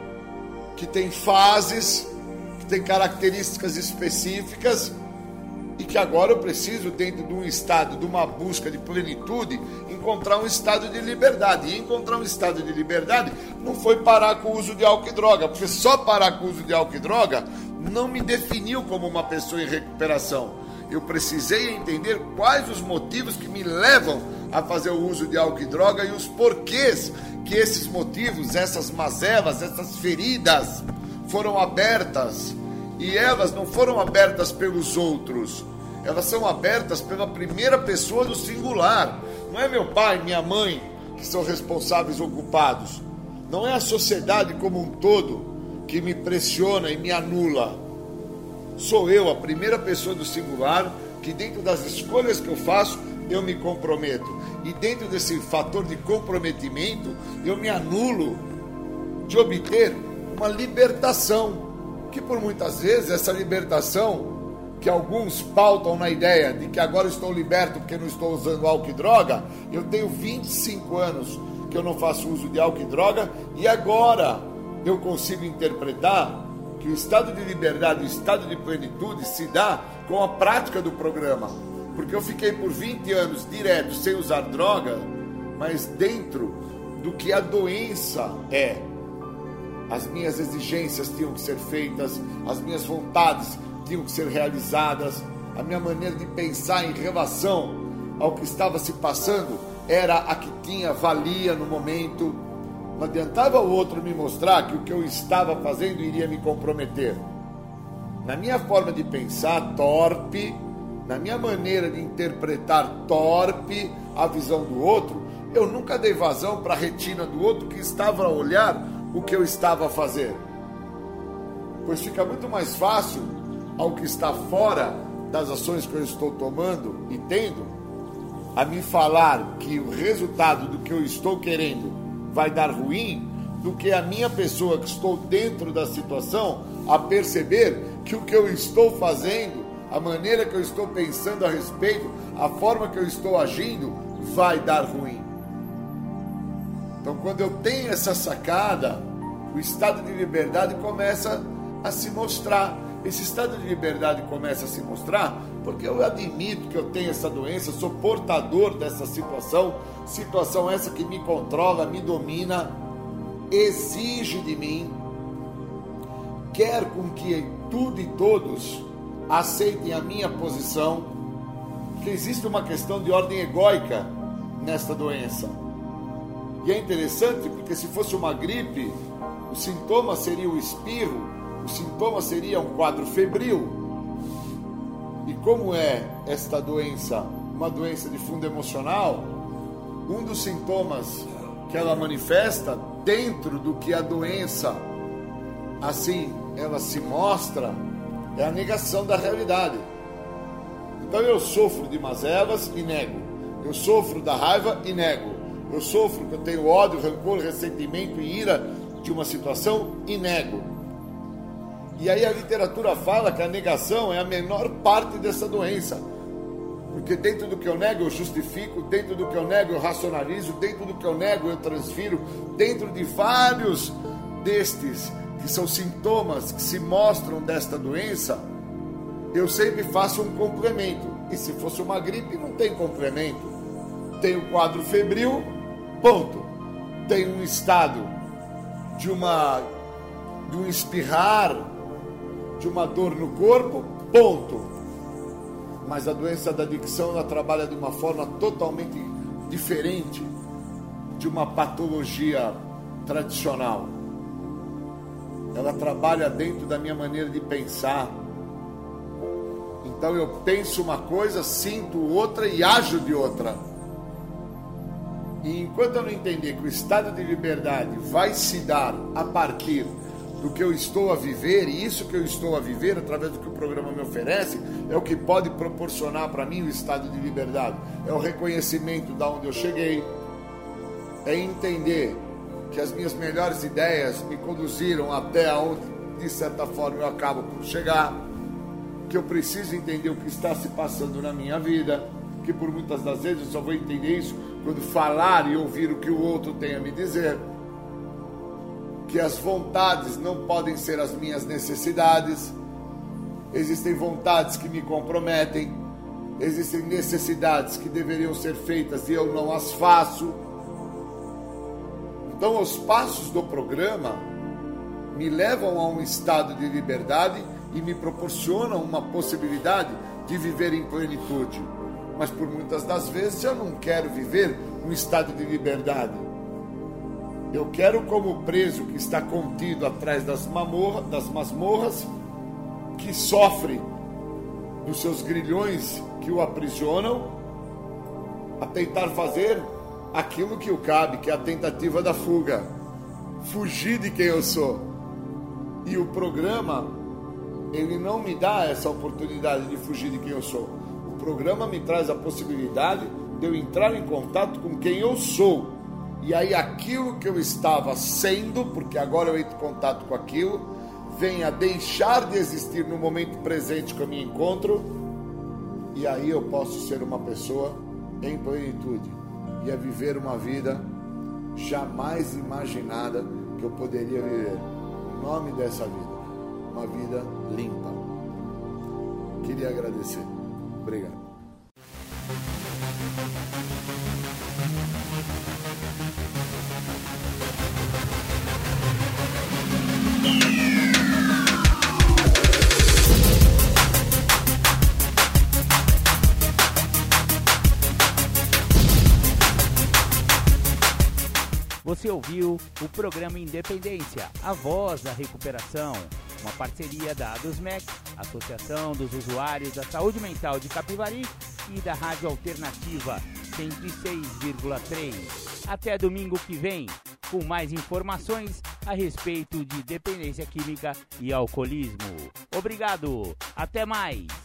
que tem fases, que tem características específicas, e que agora eu preciso, dentro de um estado, de uma busca de plenitude, encontrar um estado de liberdade. E encontrar um estado de liberdade não foi parar com o uso de álcool e droga, porque só parar com o uso de álcool e droga não me definiu como uma pessoa em recuperação. Eu precisei entender quais os motivos que me levam a fazer o uso de álcool e droga e os porquês que esses motivos, essas mazelas, essas feridas foram abertas. E elas não foram abertas pelos outros, elas são abertas pela primeira pessoa do singular. Não é meu pai, minha mãe que são responsáveis ou culpados. Não é a sociedade como um todo que me pressiona e me anula. Sou eu, a primeira pessoa do singular, que dentro das escolhas que eu faço, eu me comprometo. E dentro desse fator de comprometimento, eu me anulo de obter uma libertação. Que por muitas vezes essa libertação, que alguns pautam na ideia de que agora estou liberto porque não estou usando álcool e droga, eu tenho 25 anos que eu não faço uso de álcool e droga, e agora eu consigo interpretar que o estado de liberdade, o estado de plenitude se dá com a prática do programa, porque eu fiquei por 20 anos direto sem usar droga, mas dentro do que a doença é. As minhas exigências tinham que ser feitas, as minhas vontades tinham que ser realizadas, a minha maneira de pensar em relação ao que estava se passando era a que tinha valia no momento. Não adiantava o outro me mostrar que o que eu estava fazendo iria me comprometer. Na minha forma de pensar torpe, na minha maneira de interpretar torpe a visão do outro, eu nunca dei vazão para a retina do outro que estava a olhar o que eu estava a fazer. Pois fica muito mais fácil ao que está fora das ações que eu estou tomando e tendo, a me falar que o resultado do que eu estou querendo vai dar ruim, do que a minha pessoa que estou dentro da situação a perceber que o que eu estou fazendo, a maneira que eu estou pensando a respeito, a forma que eu estou agindo, vai dar ruim. Então, quando eu tenho essa sacada, o estado de liberdade começa a se mostrar. Esse estado de liberdade começa a se mostrar porque eu admito que eu tenho essa doença, sou portador dessa situação essa que me controla, me domina, exige de mim, quer com que tudo e todos aceitem a minha posição, porque existe uma questão de ordem egóica nesta doença. E é interessante porque se fosse uma gripe, o sintoma seria o espirro, o sintoma seria um quadro febril. E como é esta doença, uma doença de fundo emocional, um dos sintomas que ela manifesta dentro do que a doença, assim, ela se mostra, é a negação da realidade. Então eu sofro de mazelas e nego, eu sofro da raiva e nego, eu sofro que eu tenho ódio, rancor, ressentimento e ira de uma situação e nego. E aí a literatura fala que a negação é a menor parte dessa doença. Porque dentro do que eu nego eu justifico, dentro do que eu nego eu racionalizo, dentro do que eu nego eu transfiro, dentro de vários destes que são sintomas que se mostram desta doença, eu sempre faço um complemento. E se fosse uma gripe não tem complemento. Tem o quadro febril, ponto. Tem um estado de um espirrar, de uma dor no corpo, ponto. mas a doença da adicção ela trabalha de uma forma totalmente diferente de uma patologia tradicional. Ela trabalha dentro da minha maneira de pensar. Então eu penso uma coisa, sinto outra e ajo de outra. E enquanto eu não entender que o estado de liberdade vai se dar a partir do que eu estou a viver, e isso que eu estou a viver, através do que o programa me oferece, é o que pode proporcionar para mim o estado de liberdade. É o reconhecimento de onde eu cheguei, é entender que as minhas melhores ideias me conduziram até onde, de certa forma, eu acabo por chegar, que eu preciso entender o que está se passando na minha vida, que por muitas das vezes eu só vou entender isso quando falar e ouvir o que o outro tem a me dizer, que as vontades não podem ser as minhas necessidades, existem vontades que me comprometem, existem necessidades que deveriam ser feitas e eu não as faço. Então os passos do programa me levam a um estado de liberdade e me proporcionam uma possibilidade de viver em plenitude. Mas por muitas das vezes eu não quero viver um estado de liberdade. Eu quero como preso que está contido atrás das masmorras, que sofre dos seus grilhões que o aprisionam, a tentar fazer aquilo que o cabe, que é a tentativa da fuga. Fugir de quem eu sou. E o programa, ele não me dá essa oportunidade de fugir de quem eu sou. O programa me traz a possibilidade de eu entrar em contato com quem eu sou. E aí aquilo que eu estava sendo, porque agora eu entro em contato com aquilo, vem a deixar de existir no momento presente que eu me encontro, e aí eu posso ser uma pessoa em plenitude e a viver uma vida jamais imaginada que eu poderia viver. O nome dessa vida, uma vida limpa. Queria agradecer. Obrigado. Você ouviu o programa Independência, a voz da recuperação, uma parceria da ADUSMEC, Associação dos Usuários da Saúde Mental de Capivari, e da Rádio Alternativa 106,3. Até domingo que vem, com mais informações a respeito de dependência química e alcoolismo. Obrigado, até mais!